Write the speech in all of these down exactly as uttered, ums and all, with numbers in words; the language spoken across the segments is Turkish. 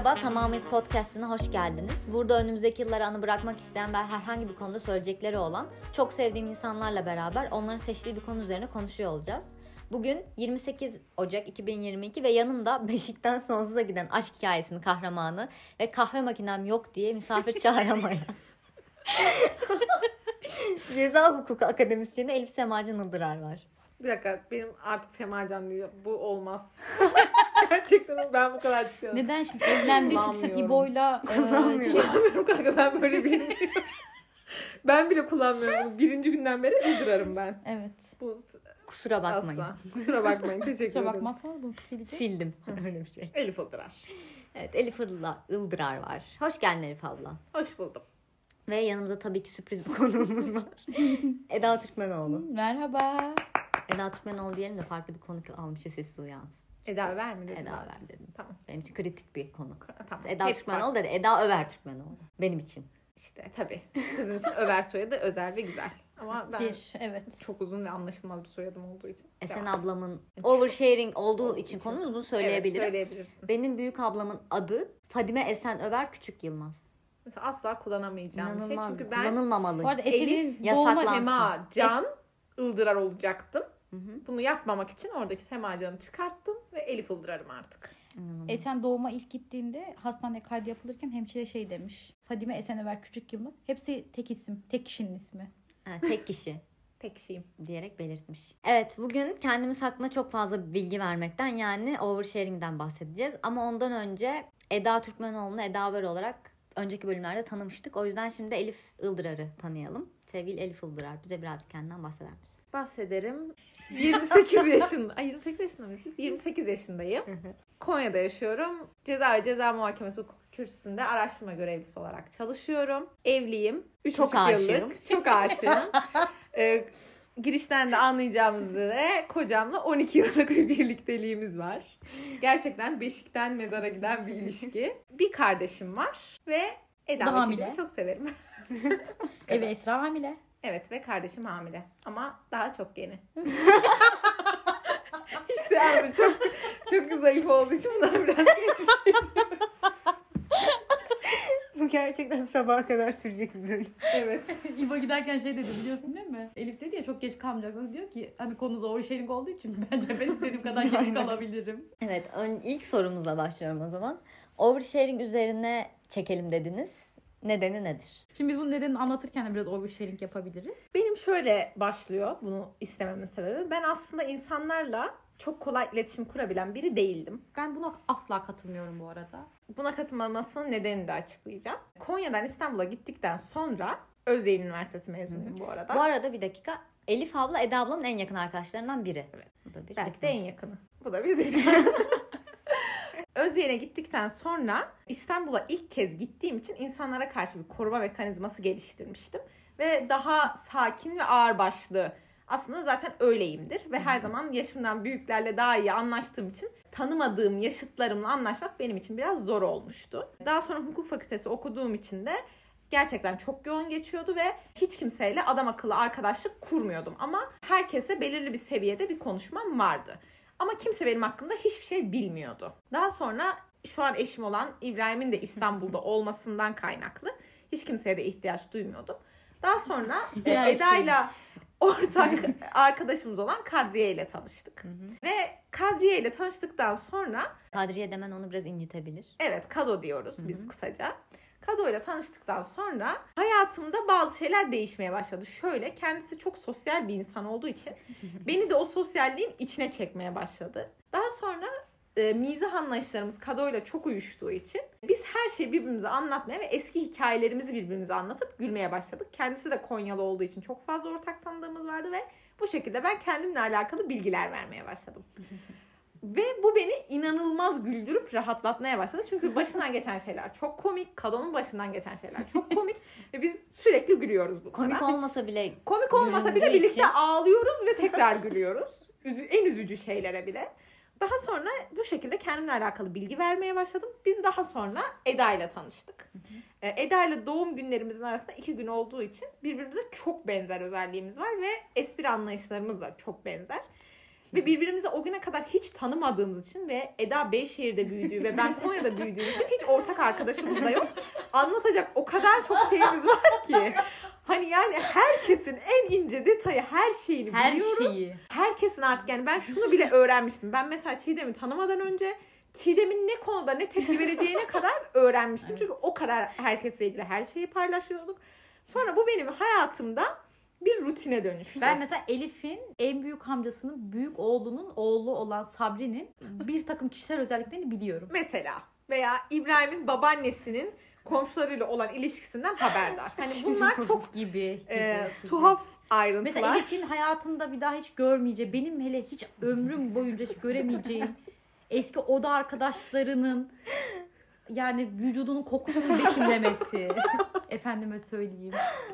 Merhaba, Tamamıyız Podcast'ına hoş geldiniz. Burada önümüzdeki yıllara anı bırakmak isteyen ve herhangi bir konuda söyleyecekleri olan çok sevdiğim insanlarla beraber onların seçtiği bir konu üzerine konuşuyor olacağız. Bugün yirmi sekiz Ocak iki bin yirmi iki ve yanımda Beşik'ten sonsuza giden aşk hikayesinin kahramanı ve kahve makinem yok diye misafir çağıramayan Ceza Hukuku Akademisyeni Elif Semacan Ildırar var. Bir dakika, benim artık Semacan diyor. Bu olmaz. Gerçekten ben bu kadar ciddi. Neden şimdi evlendiği için sen İbo'yla kullanmıyorum. Kullanmıyorum kanka, ben böyle bilmiyorum. Ben bile kullanmıyorum. Birinci günden beri Ildırar'ım ben. Evet. Bu Kusura bakmayın. Asla. Kusura bakmayın. Teşekkür ederim. Kusura bakmazsanız bunu sileceğiz. Sildim. Öyle bir şey. Elif Ildırar. Evet, Elif Ildırar var. Hoş geldin Elif abla. Hoş buldum. Ve yanımızda tabii ki sürpriz bir konuğumuz var. Eda Türkmenoğlu. Merhaba. Eda Türkmenoğlu diyelim de farklı bir konuk almışız, sesi uyansın. Eda ver mi dedin? Eda ver dedim. Tamam. Benim için kritik bir konuk. Tamam. Eda Hep Türkmenoğlu farklı. dedi. Eda Över Türkmenoğlu. Benim için. İşte tabii. Sizin için Över soyadı özel ve güzel. Ama ben Bir, evet. çok uzun ve anlaşılmaz bir soyadım olduğu için. Esen devam ablamın oversharing olduğu Olduğu için için. konumuz, bunu söyleyebilirim. Evet, söyleyebilirsin. Benim büyük ablamın adı Fadime Esen Över Küçük Yılmaz. Mesela asla kullanamayacağım bir şey. İnanılmaz. Çünkü ben Kullanılmamalı. Bu arada Elif, Esin'in yasaklansın. doğma Sema Can Ildırar olacaktım. Hı hı. Bunu yapmamak için oradaki Sema Can'ı çıkarttım ve Elif Ildırar'ım artık. İnanılmaz. Esen doğuma ilk gittiğinde hastaneye kaydı yapılırken hemşire şey demiş. Fadime Esenöver Küçük Yılmaz. Hepsi tek isim. Tek kişinin ismi. Ha, tek kişi Tek kişiyim. diyerek belirtmiş. Evet, bugün kendimiz hakkında çok fazla bilgi vermekten, yani oversharing'den bahsedeceğiz. Ama ondan önce Eda Türkmenoğlu'nu Eda Över olarak önceki bölümlerde tanımıştık. O yüzden şimdi Elif Ildırar'ı tanıyalım. Sevgili Elif Ildırar, bize birazcık kendinden bahseder misin? Bahsederim. yirmi sekiz yaşında. Ay yirmi sekiz yaşında mıyız biz? yirmi sekiz yaşındayım. Konya'da yaşıyorum. Ceza ve Ceza Muhakemesi Hukuk Kürsüsü'nde araştırma görevlisi olarak çalışıyorum. Evliyim. üç Çok buçuk aşığım. Yıllık. Çok aşığım. ee, girişten de anlayacağımız üzere kocamla on iki yıllık bir birlikteliğimiz var. Gerçekten beşikten mezara giden bir ilişki. Bir kardeşim var ve Eda Da ve hamile. Çelik'i çok severim. Evi Esra hamile. Evet ve kardeşim hamile. Ama daha çok yeni. İşte yani çok çok zayıf olduğu için bundan biraz endişeliyim. Bu gerçekten sabaha kadar sürecek bir bölüm. Evet. İbo giderken şey dedi, biliyorsun değil mi? Elif dedi ya çok geç kalmayacak. Diyor ki hani konu oversharing olduğu için bence ben istediğim kadar geç kalabilirim. Evet, ön, ilk sorumuzla başlıyorum o zaman. Oversharing üzerine çekelim dediniz. Nedeni nedir? Şimdi biz bunun nedenini anlatırken de biraz oversharing yapabiliriz. Benim şöyle başlıyor bunu istememin sebebi. Ben aslında insanlarla çok kolay iletişim kurabilen biri değildim. Ben buna asla katılmıyorum bu arada. Buna katılmamasının nedenini de açıklayacağım. Konya'dan İstanbul'a gittikten sonra Özyeğin Üniversitesi mezunuyum bu arada. Bu arada bir dakika. Elif abla Eda ablamın en yakın arkadaşlarından biri. Evet. Bu da bir Belki de dipnot. en yakını. Bu da bir de. Özyeğin'e gittikten sonra İstanbul'a ilk kez gittiğim için insanlara karşı bir koruma mekanizması geliştirmiştim. Ve daha sakin ve ağırbaşlı. Aslında zaten öyleyimdir. Ve her zaman yaşımdan büyüklerle daha iyi anlaştığım için tanımadığım yaşıtlarımla anlaşmak benim için biraz zor olmuştu. Daha sonra hukuk fakültesi okuduğum için de gerçekten çok yoğun geçiyordu ve hiç kimseyle adam akıllı arkadaşlık kurmuyordum. Ama herkese belirli bir seviyede bir konuşmam vardı. Ama kimse benim hakkımda hiçbir şey bilmiyordu. Daha sonra şu an eşim olan İbrahim'in de İstanbul'da olmasından kaynaklı hiç kimseye de ihtiyaç duymuyordum. Daha sonra e, Eda'yla ortak arkadaşımız olan Kadriye ile tanıştık. Hı hı. Ve Kadriye ile tanıştıktan sonra... Kadriye demen onu biraz incitebilir. Evet, Kado diyoruz Hı hı. biz kısaca. Kado ile tanıştıktan sonra hayatımda bazı şeyler değişmeye başladı. Şöyle, kendisi çok sosyal bir insan olduğu için beni de o sosyalliğin içine çekmeye başladı. Daha sonra e, mizah anlayışlarımız Kado ile çok uyuştuğu için biz her şeyi birbirimize anlatmaya ve eski hikayelerimizi birbirimize anlatıp gülmeye başladık. Kendisi de Konyalı olduğu için çok fazla ortak tanıdığımız vardı ve bu şekilde ben kendimle alakalı bilgiler vermeye başladım. Ve bu beni inanılmaz güldürüp rahatlatmaya başladı. Çünkü başından geçen şeyler çok komik. Kado'nun başından geçen şeyler çok komik. Ve biz sürekli gülüyoruz bunlara. Komik olmasa bile Komik olmasa bile birlikte için ağlıyoruz ve tekrar gülüyoruz. Üzü- en üzücü şeylere bile. Daha sonra bu şekilde kendimle alakalı bilgi vermeye başladım. Biz daha sonra Eda ile tanıştık. Hı hı. Eda ile doğum günlerimizin arasında iki gün olduğu için birbirimize çok benzer özelliğimiz var ve espri anlayışlarımız da çok benzer. Ve birbirimizi o güne kadar hiç tanımadığımız için ve Eda Beyşehir'de büyüdüğü ve ben Konya'da büyüdüğüm için hiç ortak arkadaşımız da yok. Anlatacak o kadar çok şeyimiz var ki. Hani yani herkesin en ince detayı, her şeyini Her biliyoruz. şeyi. Herkesin artık, yani ben şunu bile öğrenmiştim. Ben mesela Çiğdem'i tanımadan önce Çiğdem'in ne konuda ne tepki vereceğine kadar öğrenmiştim. Evet. Çünkü o kadar herkesle ilgili her şeyi paylaşıyorduk. Sonra bu benim hayatımda bir rutine dönüştü. Ben mesela Elif'in en büyük amcasının büyük oğlunun oğlu olan Sabri'nin bir takım kişisel özelliklerini biliyorum. Mesela veya İbrahim'in babaannesinin komşularıyla olan ilişkisinden haberdar. Hani bunlar çok gibi, gibi, e, gibi. tuhaf ayrıntılar. Mesela Elif'in hayatında bir daha hiç görmeyeceği, benim hele hiç ömrüm boyunca hiç göremeyeceğim eski oda arkadaşlarının yani vücudunun kokusunu betimlemesi. Efendime söyleyeyim.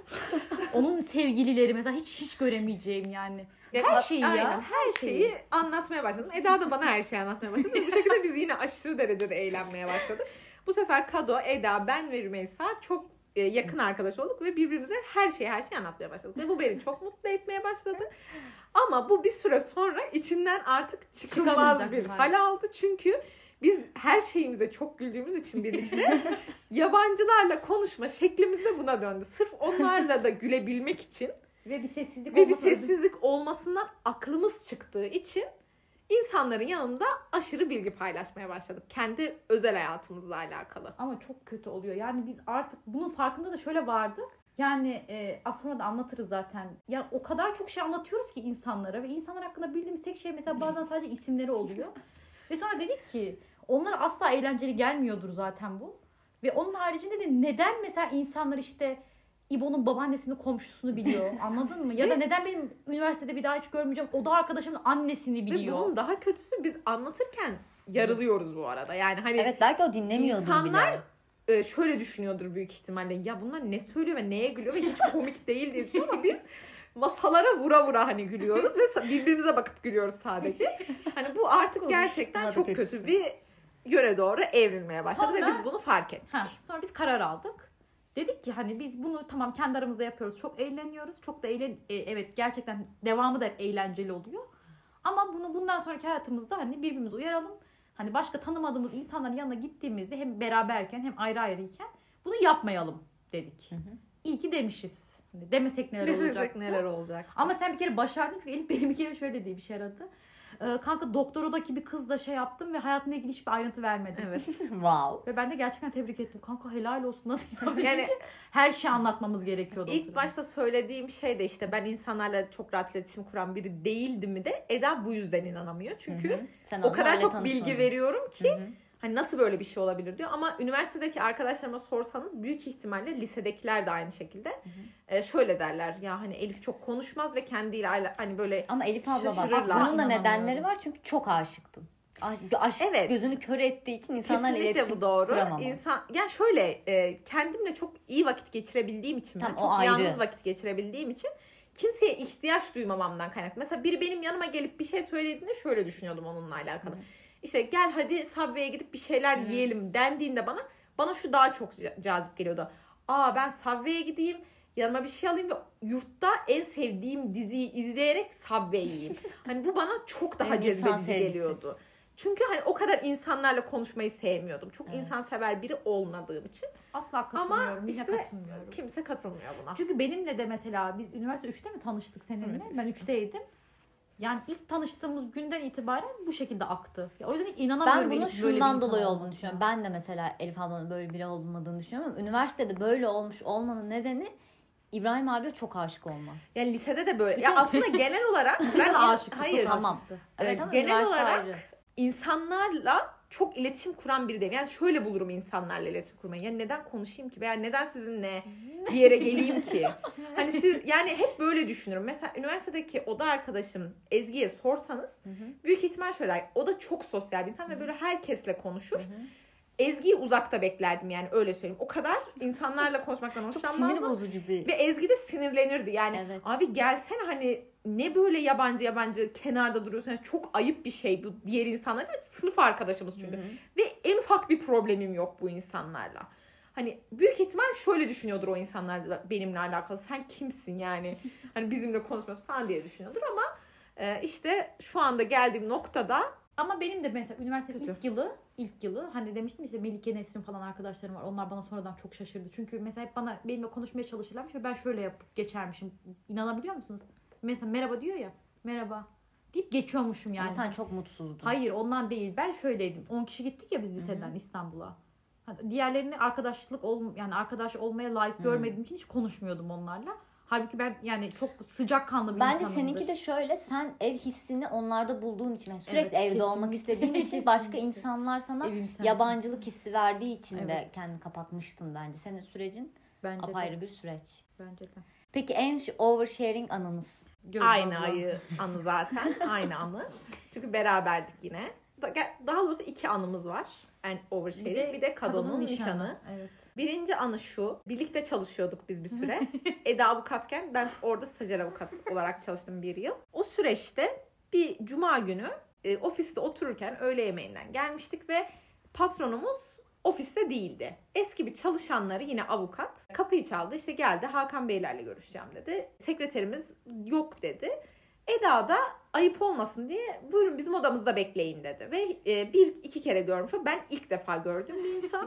Onun sevgilileri mesela hiç hiç göremeyeceğim yani. Ya, her şeyi aynen, ya. Her şeyi, şeyi anlatmaya başladım. Eda da bana her şeyi anlatmaya başladı. Bu şekilde biz yine aşırı derecede eğlenmeye başladık. Bu sefer Kado, Eda, ben ve Rümeysa çok yakın arkadaş olduk ve birbirimize her şeyi her şeyi anlatmaya başladık. Ve bu beni çok mutlu etmeye başladı. Ama bu bir süre sonra içinden artık çıkılmaz bir hal aldı. Çünkü biz her şeyimize çok güldüğümüz için birlikte yabancılarla konuşma şeklimiz de buna döndü. Sırf onlarla da gülebilmek için ve bir sessizlik ve bir sessizlik olmasından aklımız çıktığı için insanların yanında aşırı bilgi paylaşmaya başladık. Kendi özel hayatımızla alakalı. Ama çok kötü oluyor. Yani biz artık bunun farkında da şöyle vardık. Yani e, az sonra da anlatırız zaten. Ya o kadar çok şey anlatıyoruz ki insanlara ve insanlar hakkında bildiğimiz tek şey mesela bazen sadece isimleri oluyor. Ve sonra dedik ki onlara asla eğlenceli gelmiyordur zaten bu. Ve onun haricinde de neden mesela insanlar işte İbo'nun babaannesini, komşusunu biliyor. Anladın mı? Ya da neden benim üniversitede bir daha hiç görmeyeceğim oda arkadaşımın annesini biliyor. Ve bunun daha kötüsü biz anlatırken yarılıyoruz bu arada. Yani hani evet, belki o dinlemiyordur insanlar bile. Şöyle düşünüyordur büyük ihtimalle. Ya bunlar ne söylüyor ve neye gülüyor ve hiç komik değil diye. Ama biz masalara vura vura hani gülüyoruz ve birbirimize bakıp gülüyoruz sadece. Hani bu artık gerçekten çok kötü bir yöne doğru evrilmeye başladı sonra, ve biz bunu fark ettik. Heh, sonra biz karar aldık. Dedik ki hani biz bunu tamam kendi aramızda yapıyoruz. Çok eğleniyoruz. Çok da eğlen e, evet gerçekten devamı da hep eğlenceli oluyor. Ama bunu bundan sonraki hayatımızda hani birbirimizi uyaralım. Hani başka tanımadığımız insanların yanına gittiğimizde hem beraberken hem ayrı ayrıyken bunu yapmayalım dedik. Hı hı. İyi ki demişiz. Hani demesek neler olacak? Demesek neler olacak? Ama sen bir kere başardın çünkü Elif benim bir kere şöyle diye bir şey aradı. Ee, kanka doktorodaki bir kızla şey yaptım ve hayatımla ilgili hiçbir ayrıntı vermedim. Evet. Wow. Ve ben de gerçekten tebrik ettim. Kanka helal olsun, nasıl yaptın? Yani her şeyi anlatmamız gerekiyordu. İlk başta söylediğim şey de işte ben insanlarla çok rahat iletişim kuran biri değildim mi de Eda bu yüzden inanamıyor. Çünkü o kadar çok bilgi veriyorum ki hı hı. hani nasıl böyle bir şey olabilir diyor. Ama üniversitedeki arkadaşlarıma sorsanız büyük ihtimalle lisedekiler de aynı şekilde hı hı. E, şöyle derler. Ya hani Elif çok konuşmaz ve kendiyle hani böyle ama Elif abla bak bunun da nedenleri var çünkü çok aşıktın. Aşk, aşk evet. gözünü kör ettiği için insanlarla iletişim bu doğru. kuramam. İnsan, yani şöyle e, kendimle çok iyi vakit geçirebildiğim için, Tamam, çok yalnız vakit geçirebildiğim için kimseye ihtiyaç duymamamdan kaynaklı. Mesela biri benim yanıma gelip bir şey söylediğinde şöyle düşünüyordum onunla alakalı. Hmm. İşte gel hadi Subway'e gidip bir şeyler hmm. yiyelim dendiğinde bana bana şu daha çok cazip geliyordu. Aa ben Subway'e gideyim, yanıma bir şey alayım ve yurtta en sevdiğim diziyi izleyerek Subway yiyeyim. Hani bu bana çok daha evet, cezbedici geliyordu. Çünkü hani o kadar insanlarla konuşmayı sevmiyordum. Çok evet. insansever biri olmadığım için. Asla katılmıyorum. Ama işte katılmıyorum. Kimse katılmıyor buna. Çünkü benimle de mesela biz üniversite üçte mi tanıştık seninle? Evet. Ben üçteydim. Yani ilk tanıştığımız günden itibaren bu şekilde aktı. Ya o yüzden inanamıyorum. Ben bunu şundan dolayı olduğunu düşünüyorum. Ben de mesela Elif ablanın böyle biri olmadığını düşünüyorum ama üniversitede böyle olmuş olmanın nedeni İbrahim abiye çok aşık olma. Yani lisede de böyle. Ya aslında genel olarak ben aşık. Hayır. Tamam. Evet, ama genel olarak ayrı. İnsanlarla çok iletişim kuran biri değilim. Yani şöyle bulurum insanlarla iletişim kurmayı. Yani neden konuşayım ki? Veya neden sizinle bir yere geleyim ki? Hani siz yani hep böyle düşünürüm. Mesela üniversitedeki oda arkadaşım Ezgi'ye sorsanız hı hı. büyük ihtimal şöyle der. O da çok sosyal bir insan hı hı. ve böyle herkesle konuşur. Hı hı. Ezgi'yi uzakta beklerdim yani öyle söyleyeyim. O kadar insanlarla konuşmaktan hoşlanmazdım. Çok sinir bozucu bir. Ve Ezgi de sinirlenirdi. Yani evet. abi gelsene hani ne böyle yabancı yabancı kenarda duruyorsun. Yani çok ayıp bir şey bu diğer insanlar için. Sınıf arkadaşımız çünkü. Hı-hı. Ve en ufak bir problemim yok bu insanlarla. Hani büyük ihtimal şöyle düşünüyordur o insanlarla benimle alakalı. Sen kimsin yani? Hani bizimle konuşmuyorsun falan diye düşünüyordur ama Ee, işte şu anda geldiğim noktada Ama benim de mesela üniversitenin Kötü. ilk yılı, ilk yılı hani demiştim işte Melike, Nesrin falan arkadaşlarım var. Onlar bana sonradan çok şaşırdı. Çünkü mesela hep bana benimle konuşmaya çalışırlarmış ve ben şöyle yapıp geçermişim. İnanabiliyor musunuz? Mesela merhaba diyor ya. Merhaba deyip geçiyormuşum yani. Ama sen çok mutsuzdun. Hayır, ondan değil. Ben şöyleydim. on kişi gittik ya biz liseden Hı-hı. İstanbul'a. Hani diğerlerini arkadaşlık ol yani arkadaş olmaya layık Hı-hı. görmediğim için hiç konuşmuyordum onlarla. Halbuki ben yani çok sıcakkanlı bir Bence insanımdır. seninki de şöyle, sen ev hissini onlarda bulduğun için, yani sürekli Evet, evde olmak istediğin için başka insanlar sana yabancılık hissi verdiği için Evet. de kendini kapatmıştın bence. Senin sürecin Bence apayrı de. bir süreç. Bence de. Peki en ş- oversharing anınız? Gözde aynı abla. ayı anı zaten. Aynı anı. Çünkü beraberdik yine. Da- Daha doğrusu iki anımız var. Yani oversharing. Bir de, bir de Kado'nun nişanı. Evet. Birinci anı şu. Birlikte çalışıyorduk biz bir süre. Eda avukatken ben orada stajyer avukat olarak çalıştım bir yıl. O süreçte bir cuma günü e, ofiste otururken öğle yemeğinden gelmiştik ve patronumuz ofiste değildi. Eski bir çalışanları yine avukat kapıyı çaldı. İşte geldi, Hakan Beylerle görüşeceğim dedi. Sekreterimiz yok dedi. Eda da ayıp olmasın diye buyurun bizim odamızda bekleyin dedi. Ve e, bir iki kere görmüş o. Ben ilk defa gördüğüm bir insan.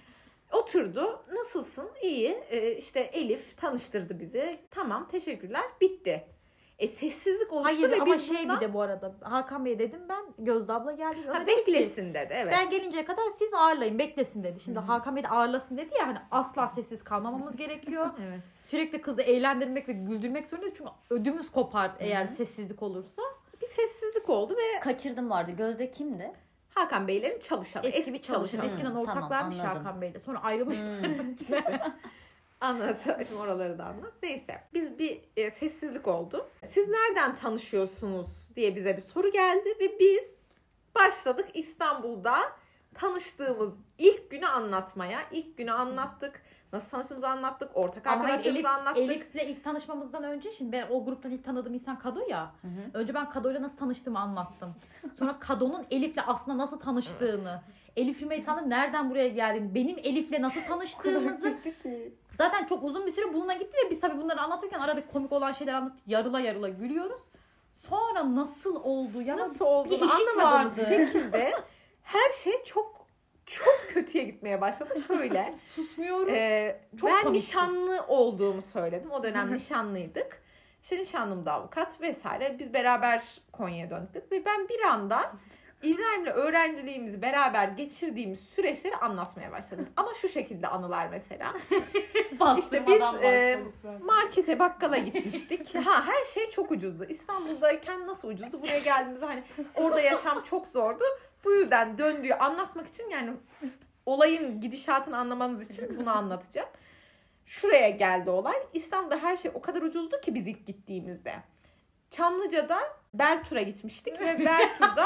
Oturdu. Nasılsın? İyi. E, işte Elif tanıştırdı bizi. Tamam, teşekkürler. Bitti. E, sessizlik oluştu Hayır ve ama biz şey bundan... bir de bu arada Hakan Bey dedim ben, Gözde abla geldi. Ha, Ona dedi ki, beklesin dedi. Evet. ben gelinceye kadar siz ağırlayın, beklesin dedi. Şimdi Hı-hı. Hakan Bey de ağırlasın dedi ya, hani asla sessiz kalmamamız gerekiyor. Evet. Sürekli kızı eğlendirmek ve güldürmek zorundayız. Çünkü ödümüz kopar eğer Hı-hı. sessizlik olursa. Bir sessizlik oldu ve Kaçırdım vardı. Gözde kimdi? Hakan Beylerin çalışanı. Eski, Eski, bir çalışan. çalışanı. Eskiden Hı, ortaklarmış tamam, anladım. Hakan Bey'le. Sonra ayrılmış. Hmm. Anlat. Şimdi oraları da anlat. Neyse. Biz bir e, sessizlik oldu. Siz nereden tanışıyorsunuz diye bize bir soru geldi ve biz başladık İstanbul'da tanıştığımız ilk günü anlatmaya. İlk günü anlattık. Nasıl tanıştığımızı anlattık. Ortak Ama hayır, arkadaşlarımızı Elif, anlattık. Elif'le ilk tanışmamızdan önce, şimdi ben o gruptan ilk tanıdığım insan Kado ya. Hı hı. Önce ben Kado'yla nasıl tanıştığımı anlattım. Sonra Kado'nun Elif'le aslında nasıl tanıştığını, Elif Rümeysa'nın nereden buraya geldiğini, benim Elif'le nasıl tanıştığımızı. Zaten çok uzun bir süre bununla gitti ve biz tabii bunları anlatırken arada komik olan şeyler anlatıp yarıla yarıla gülüyoruz. Sonra nasıl oldu ya? Nasıl olduğunu bir eşik anlamadığımız vardı. şekilde her şey çok çok kötüye gitmeye başladı. Şöyle. Susmuyoruz. Ee, Çok ben komikti. nişanlı olduğumu söyledim. O dönem nişanlıydık. İşte nişanlım da avukat vesaire. Biz beraber Konya'ya döndük. Ve ben bir anda İbrahim'le öğrenciliğimizi beraber geçirdiğimiz süreçleri anlatmaya başladım. Ama şu şekilde anılar mesela. İşte biz e, markete, bakkala gitmiştik. Ha, her şey çok ucuzdu. İstanbul'dayken nasıl ucuzdu? Buraya geldiğimizde hani orada yaşam çok zordu. Bu yüzden döndüğü anlatmak için, yani olayın gidişatını anlamanız için bunu anlatacağım. Şuraya geldi olay. İstanbul'da her şey o kadar ucuzdu ki biz ilk gittiğimizde. Çamlıca'da Beltur'a gitmiştik ve Beltur'da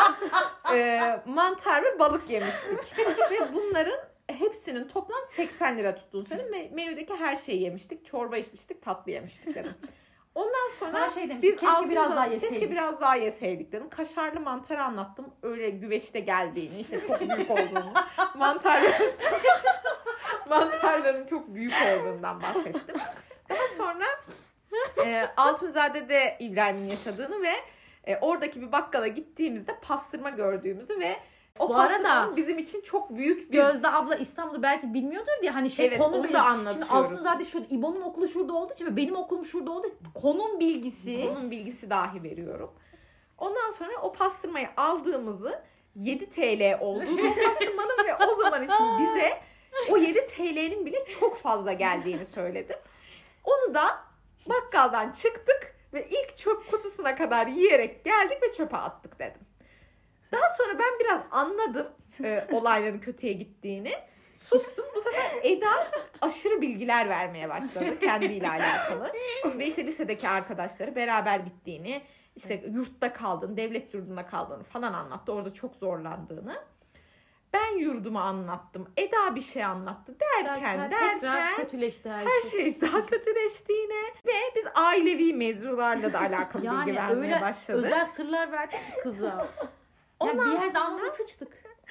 e, mantar ve balık yemiştik. Ve bunların hepsinin toplam seksen lira tuttuğunu söyledim. Menüdeki her şeyi yemiştik. Çorba içmiştik, tatlı yemiştik dedim. Ondan sonra, sonra şey demiş, biz keşke biraz altımıza- daha yeseydik. Keşke biraz daha yeseydik dedim. Kaşarlı mantarı anlattım. Öyle güveçte geldiğini, işte çok büyük olduğunu. Mantarların, mantarların çok büyük olduğundan bahsettim. Daha sonra e, Altunzade'de İbrahim'in yaşadığını ve e, oradaki bir bakkala gittiğimizde pastırma gördüğümüzü ve o Bu pastırmanın arada bizim için çok büyük bir... Gözde abla İstanbul'u belki bilmiyordur diye hani şey Evet, konu onu bil- da anlatıyoruz. Şimdi Altunzade şu İbo'nun okulu şurada olduğu için ve benim okulum şurada olduğu için konum bilgisi. Onun bilgisi dahi veriyorum. Ondan sonra o pastırmayı aldığımızı yedi TL olduğunu o pastırmanın ve o zaman için bize o yedi T L'nin bile çok fazla geldiğini söyledim. Onu da bakkaldan çıktık ve ilk çöp kutusuna kadar yiyerek geldik ve çöpe attık dedim. Daha sonra ben biraz anladım e, olayların kötüye gittiğini. Sustum. Bu sefer Eda aşırı bilgiler vermeye başladı kendiyle alakalı. Ve işte lisedeki arkadaşları beraber gittiğini, işte yurtta kaldığını, devlet yurdunda kaldığını falan anlattı. Orada çok zorlandığını. Ben yurdumu anlattım. Eda bir şey anlattı derken derken, tekrar kötüleşti her, her şey daha kötüleştiğine ve biz ailevi mevzularla da alakalı bilgi Yani vermeye öyle başladık. özel sırlar verdik ki kıza. Ondan Yani bir yerde sonra- anasını sıçtık.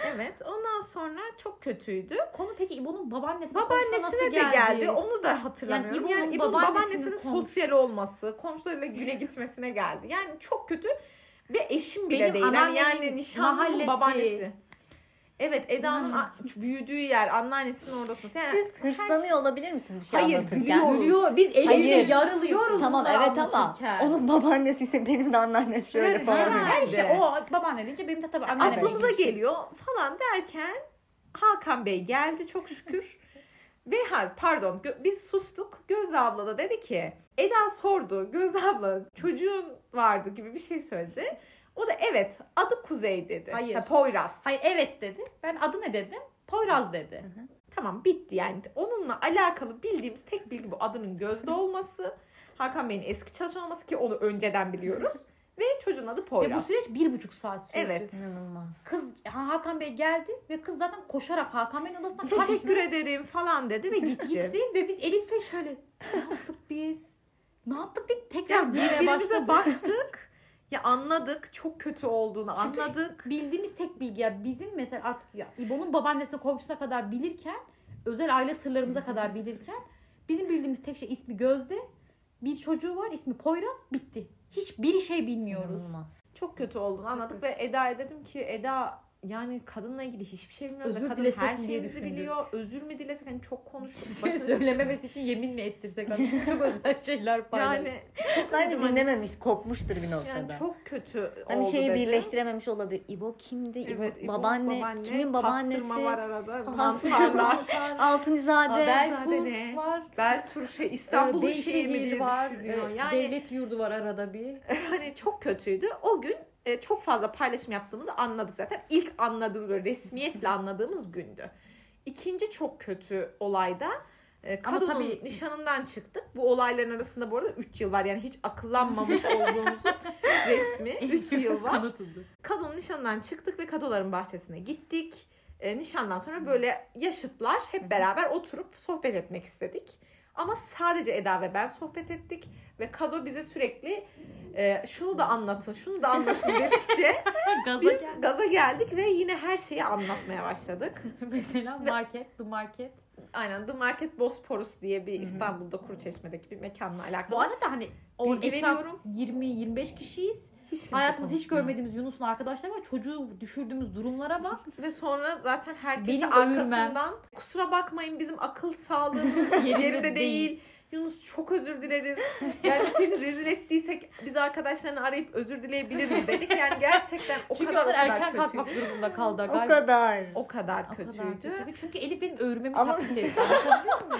Evet. Ondan sonra çok kötüydü. Konu peki İbo'nun babaannesi Babaannesine de geldi? geldi. Onu da hatırlamıyorum. Yani Yani İbo'nun, İbo'nun babaannesinin, babaannesinin komş- sosyal olması, komşularıyla güle gitmesine geldi. Yani çok kötü. Ve eşim bile Benim değil. Yani, anneannemin yani nişanlımın mahallesi. babaannesi. Evet, Eda'nın a- büyüdüğü yer, anneannesinin orada oturması. Yani Siz hırslanıyor olabilir misiniz bir şey Hayır, anlatırken? gülüyoruz. Gülüyor. Biz eliyle Hayır. yarılıyoruz. Tamam bunları evet ama anlatırken. onun babaannesi ise benim de anneannem şöyle Evet, falan. herhalde. Her şey o babaanne deyince benim de tabii anneannem. aklımıza ilginç. geliyor falan derken Hakan Bey geldi çok şükür. Ve ha, pardon gö- biz sustuk. Gözde abla da dedi ki Eda sordu. Gözde abla çocuğun vardı gibi bir şey söyledi. O da evet adı Kuzey dedi. Hayır. Ha, Poyraz. Hayır evet dedi. Ben adı ne dedim? Poyraz dedi. Tamam bitti yani. Onunla alakalı bildiğimiz tek bilgi bu. Adının Gözde olması. Hakan Bey'in eski çalışan olması ki onu önceden biliyoruz. Ve çocuğun adı Poyraz. Ve bu süreç bir buçuk saat sürdü. Evet. İnanılmaz. Kız Ha- Hakan Bey geldi ve kız zaten koşarak Hakan Bey'in odasına Teşekkür kaçtı. ederim falan dedi ve gitti. Gitti ve biz Elif'le şöyle ne yaptık biz? Ne yaptık deyip tekrar Ya gülmeye birbirimize başladık. baktık. Ya anladık. Çok kötü olduğunu Çünkü anladık. Bildiğimiz tek bilgi ya bizim mesela artık ya İbo'nun babaannesine komşusuna kadar bilirken özel aile sırlarımıza kadar bilirken bizim bildiğimiz tek şey ismi Gözde. Bir çocuğu var ismi Poyraz bitti. Hiçbir şey bilmiyoruz. İnanılmaz. Çok kötü olduğunu anladık ve Eda'ya dedim ki Eda yani kadınla ilgili hiçbir şey bilmiyoruz. Özür Ve kadın dilesek her mi diye şeyimizi düşündüm. biliyor. Özür mü dilesek hani çok konuştuk. Seni söylememesi için yemin mi ettirsek? Hani çok özel şeyler paylaştık. Yani Bence Hani- dinlememiş, kopmuştur bir noktada. yani çok kötü Hani oldu şeyi dedim. birleştirememiş olabilir. İbo kimdi? İbo, Evet, İbo, babaanne, kimin babaannesi? Pastırma var arada. Pastırma Mantarlar. Altunizade. Beltur Beltur var. Beltur şey İstanbul'un Ee, şeyi mi Beyşehir diye var. düşünüyor. Ee, Yani Devlet yurdu var arada bir. hani çok kötüydü. O gün e, çok fazla paylaşım yaptığımızı anladık zaten. İlk anladığımız böyle resmiyetle anladığımız gündü. İkinci çok kötü olayda e, Ama kadının tabii- nişanından çıktık. Bu olayların arasında bu arada üç yıl var. Yani hiç akıllanmamış olduğumuzun resmi üç yıl var. Kanıtıldı. Kadının nişanından çıktık ve kadoların bahçesine gittik. E, nişandan sonra böyle yaşıtlar hep beraber oturup sohbet etmek istedik. Ama sadece Eda ve ben sohbet ettik. Ve Kado bize sürekli e, şunu da anlatın, şunu da anlatın dedikçe Gaza biz geldi. gaza geldik ve yine her şeyi anlatmaya başladık. Mesela market, the market. Aynen The Market Bosporus diye bir İstanbul'da Kuruçeşme'deki bir mekanla alakalı. Bu arada hani o Bilgi etraf veriyorum. yirmi yirmi beş kişiyiz. hiç kimse Hayatımızda hiç konuşmuyor. görmediğimiz Yunus'un arkadaşları var. Çocuğu düşürdüğümüz durumlara bak. Ve sonra zaten herkes Benim arkasından övülmem. kusura bakmayın bizim akıl sağlığımız yerinde değil. Yunus çok özür dileriz. Yani seni rezil ettiysek biz arkadaşlarını arayıp özür dileyebiliriz dedik. Yani gerçekten o Çünkü kadar o onlar kadar erken kötüydü. kalkmak durumunda kaldı. O kadar. O kadar O kötüydü. kadar kötüydü. Çünkü Elif benim öğürmemi Ama- taklit etti. Anlatabiliyor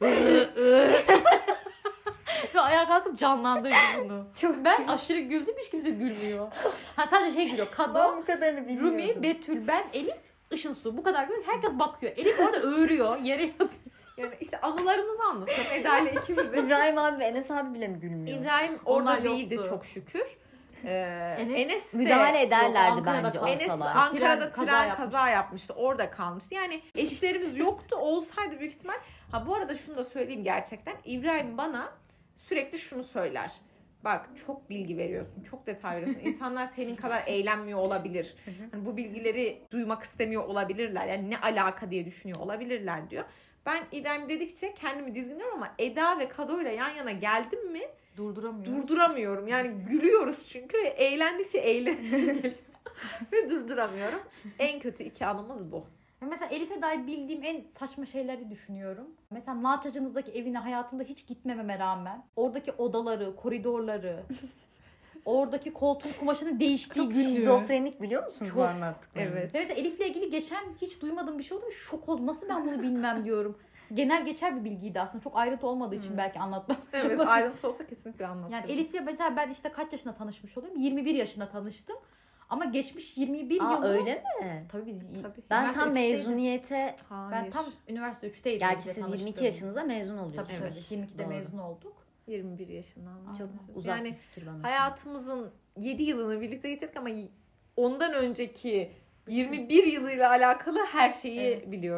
muyum? Ve ayağa kalkıp canlandırdı bunu. Çok Ben aşırı güldüm, hiç kimse gülmüyor. Ha sadece şey gülüyor. Kado, Ben bu kadarını bilmiyordum. Rumi, Betül, ben, Elif, Işın Su. Bu kadar gülüyor. Herkes bakıyor. Elif orada öğürüyor. Yere yatıyor. Yani işte anılarımızı anlatıyorum. Eda ile ikimizin. İbrahim abi ve Enes abi bile mi gülmüyor? İbrahim orada Onlar değildi yoktu. çok şükür. Ee, Enes Enes, de Müdahale ederlerdi Yok, Ankara'da bence kaldı. Enes olsalar. Ankara'da Tren tren, kaza kaza, yapmış. yapmıştı. Orada kalmıştı. Yani eşlerimiz yoktu. Olsaydı büyük ihtimal. Ha bu arada şunu da söyleyeyim gerçekten. İbrahim bana sürekli şunu söyler. Bak çok bilgi veriyorsun. Çok detay veriyorsun. İnsanlar senin kadar eğlenmiyor olabilir. Hani bu bilgileri duymak istemiyor olabilirler. Yani ne alaka diye düşünüyor olabilirler diyor. Ben İbrahim dedikçe kendimi dizginliyorum ama Eda ve Kado'yla yan yana geldim mi Durduramıyor. durduramıyorum. Yani gülüyoruz çünkü ve eğlendikçe eğlenesim geliyor. Ve durduramıyorum. En kötü iki anımız bu. Mesela Elif'e dair bildiğim en saçma şeyleri düşünüyorum. Mesela Nalçacı'nızdaki evine hayatımda hiç gitmememe rağmen oradaki odaları, koridorları, oradaki koltuğun kumaşının değiştiği Çok günlüğü. şizofrenik biliyor musunuz bu Çok, anlattıklarını? evet. Ve mesela Elif'le ilgili geçen hiç duymadığım bir şey oldu ve şok oldum. Nasıl ben bunu bilmem diyorum. Genel geçer bir bilgiydi aslında. Çok ayrıntı olmadığı için Evet. belki anlatmam. Evet ayrıntı olsa kesinlikle anlatırım. Yani Elif'le mesela ben işte kaç yaşında tanışmış oluyorum? yirmi bir yaşında tanıştım. Ama geçmiş yirmi bir Aa yılı... öyle mi? Tabii biz... Tabii. Ben Üniversite tam üçteydim. mezuniyete... Hayır. Ben tam üniversite üçteydim. Gerçi Elif'le siz yirmi iki tanıştığım. yaşınızda mezun oluyorsunuz. Tabii Evet. tabii. yirmi ikide Doğru. mezun olduk. yirmi bir yaşından. Aynen. Çok uzak Yani bir fikir bana. hayatımızın yedi yılını birlikte geçirdik ama ondan önceki yirmi bir yılıyla alakalı her şeyi Evet. biliyoruz.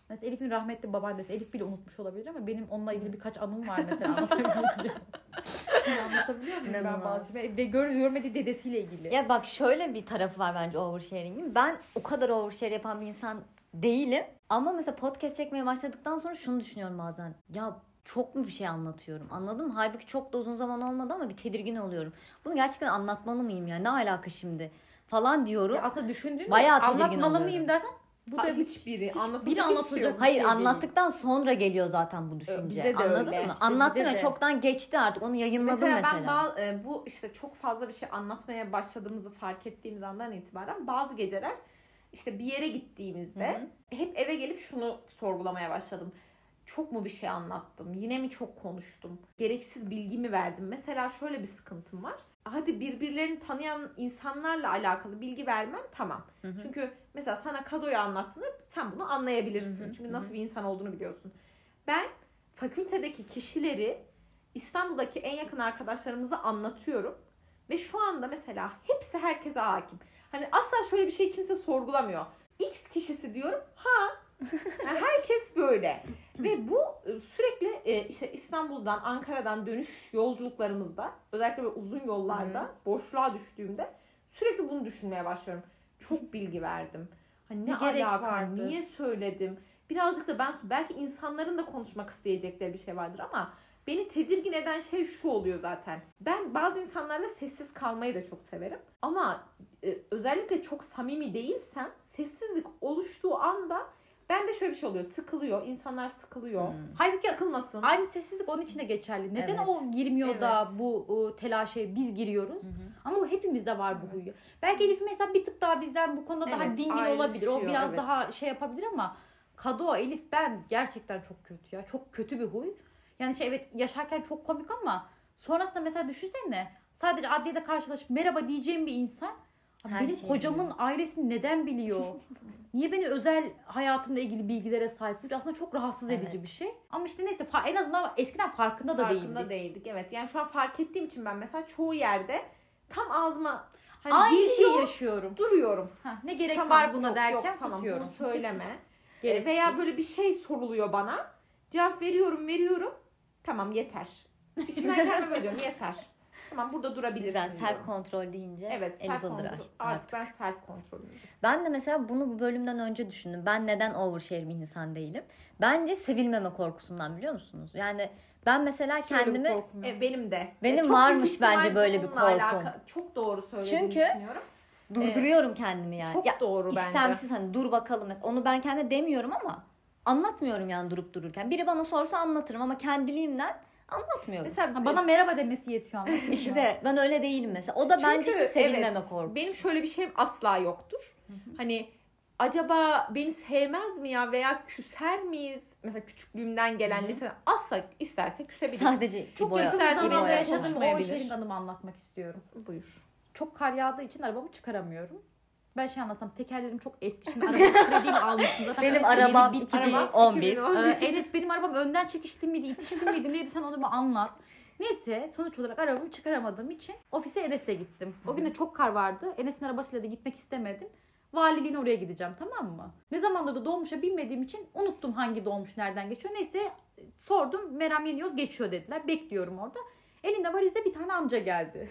Mesela Elif'in rahmetli babaannesi. Elif bile unutmuş olabilir ama benim onunla ilgili birkaç anım var mesela. Anlatabiliyor Anlatabiliyor muyum ben bazı şeyleri? Ve gör, görmediği dedesiyle ilgili. Ya bak şöyle bir tarafı var bence oversharing'in. Ben o kadar overshare yapan bir insan değilim. Ama mesela podcast çekmeye başladıktan sonra şunu düşünüyorum bazen. Ya çok mu bir şey anlatıyorum? Anladın mı? Halbuki çok da uzun zaman olmadı ama bir tedirgin oluyorum. Bunu gerçekten anlatmalı mıyım ya? Ne alaka şimdi? Falan diyorum. Ya aslında düşündüğünde bayağı tedirgin anlatmalı oluyorum. mıyım dersen bu da Ha, hiç hiçbiri hiç anlatacak biri hiçbir şey anlatacak. yok. Hayır, şey anlattıktan sonra geliyor zaten bu düşünce. Bize de Anladın öyle. mı? İşte Anlattım bize ya, de. çoktan geçti artık. Onu yayınladım Mesela, mesela. ben ba- e, bu işte çok fazla bir şey anlatmaya başladığımızı fark ettiğimiz andan itibaren bazı geceler işte bir yere gittiğimizde Hı-hı. hep eve gelip şunu sorgulamaya başladım. Çok mu bir şey anlattım? Yine mi çok konuştum? Gereksiz bilgi mi verdim? Mesela şöyle bir sıkıntım var. Hadi birbirlerini tanıyan insanlarla alakalı bilgi vermem tamam. Hı hı. Çünkü mesela sana Kado'yu anlattığında sen bunu anlayabilirsin. Hı hı, Çünkü hı nasıl hı. bir insan olduğunu biliyorsun. Ben fakültedeki kişileri İstanbul'daki en yakın arkadaşlarımıza anlatıyorum. Ve şu anda mesela hepsi herkese hakim. Hani asla şöyle bir şey kimse sorgulamıyor. X kişisi diyorum. Ha. Yani herkes böyle. Ve bu sürekli işte İstanbul'dan, Ankara'dan dönüş yolculuklarımızda, özellikle böyle uzun yollarda Hı-hı. boşluğa düştüğümde sürekli bunu düşünmeye başlıyorum. Çok bilgi verdim. Hani ne, Ne gerek alaka, vardı? niye söyledim? Birazcık da ben, belki insanların da konuşmak isteyecekleri bir şey vardır ama beni tedirgin eden şey şu oluyor zaten. Ben bazı insanlarla sessiz kalmayı da çok severim. Ama e, özellikle çok samimi değilsem sessizlik oluştuğu anda bende şöyle bir şey oluyor. Sıkılıyor. İnsanlar sıkılıyor. Hmm. Halbuki sıkılmasın. aynı sessizlik onun içinde geçerli. Neden Evet. o girmiyor da Evet. bu ıı, telaşe biz giriyoruz? Hı hı. Ama bu hepimizde var bu Evet. huyu. Belki Elif mesela bir tık daha bizden bu konuda daha Evet, dingin olabilir. O ayrışıyor, biraz evet. daha şey yapabilir ama Kado, Elif, ben gerçekten çok kötü ya. Çok kötü bir huy. Yani şey, evet yaşarken çok komik ama sonrasında mesela düşünsene sadece adliyede karşılaşıp merhaba diyeceğim bir insan Her benim şeyi kocamın biliyor. ailesini neden biliyor? Niye beni özel hayatımla ilgili bilgilere sahip? Bu aslında çok rahatsız edici Evet. bir şey. Ama işte neyse fa- en azından eskiden farkında da Farkında değildik. değildik. Evet. Yani şu an fark ettiğim için ben mesela çoğu yerde tam ağzıma hani Aynı geliyor, şeyi yaşıyorum. duruyorum. Ha, ne gerek Tamam, var buna yok, derken yok, tamam, susuyorum. bunu söyleme. E, Gereksiz. Veya böyle bir şey soruluyor bana. Cevap veriyorum veriyorum. Tamam yeter. İçimden kendime böyle diyorum yeter. Tamam burada durabilirsin Güzel, diyorum. self kontrol deyince Evet, Elif self Ildırar. kontrol. Artık ben self kontrolüm. Ben de mesela bunu bu bölümden önce düşündüm. Ben neden overshare bir insan değilim? Bence sevilmeme korkusundan, biliyor musunuz? Yani ben mesela Şöyle bir kendimi korkum yok. E, benim de. Benim E, çok varmış büyük ihtimal bence böyle bir bununla korkum. alaka- Çok doğru söylediğini Çünkü düşünüyorum. durduruyorum kendimi yani. Çok Ya, doğru bence. İstemsiz hani dur bakalım. Mesela. Onu ben kendime demiyorum ama anlatmıyorum yani durup dururken. Biri bana sorsa anlatırım ama kendiliğimden anlatmıyorum. Mesela Ha, bana merhaba demesi yetiyor ama. İşte ben öyle değilim mesela. O da Çünkü bence işte sevilmeme evet, korkusu. benim şöyle bir şeyim asla yoktur. Hani acaba beni sevmez mi ya veya küser miyiz? Mesela küçüklüğümden gelen Hı-hı. liseden asla isterse küsebilir. Sadece Çok İbo'ya- yakın istersen zamanda İbo'ya yaşadığım konuşmayabilir. oversharing anımı anlatmak istiyorum. Buyur. Çok kar yağdığı için arabamı çıkaramıyorum. Ben şey anlatsam, tekerlerim çok eski. Şimdi arabamı krediyle almışım. Zaten Benim yeni arabam bir- iki bin Araba on bir. iki bin on bir. Ee, Enes benim arabam önden çekişli miydi, itişli miydi, neydi sen onu bir anlat. Neyse sonuç olarak arabamı çıkaramadığım için ofise Enes'le gittim. O gün de çok kar vardı. Enes'in arabasıyla da gitmek istemedim. Valiliğin oraya gideceğim, tamam mı? Ne zamandır da dolmuşa binmediğim için unuttum hangi dolmuş nereden geçiyor. Neyse sordum, Meram yeni yol geçiyor dediler. Bekliyorum orada. Elinde valizle bir tane amca geldi.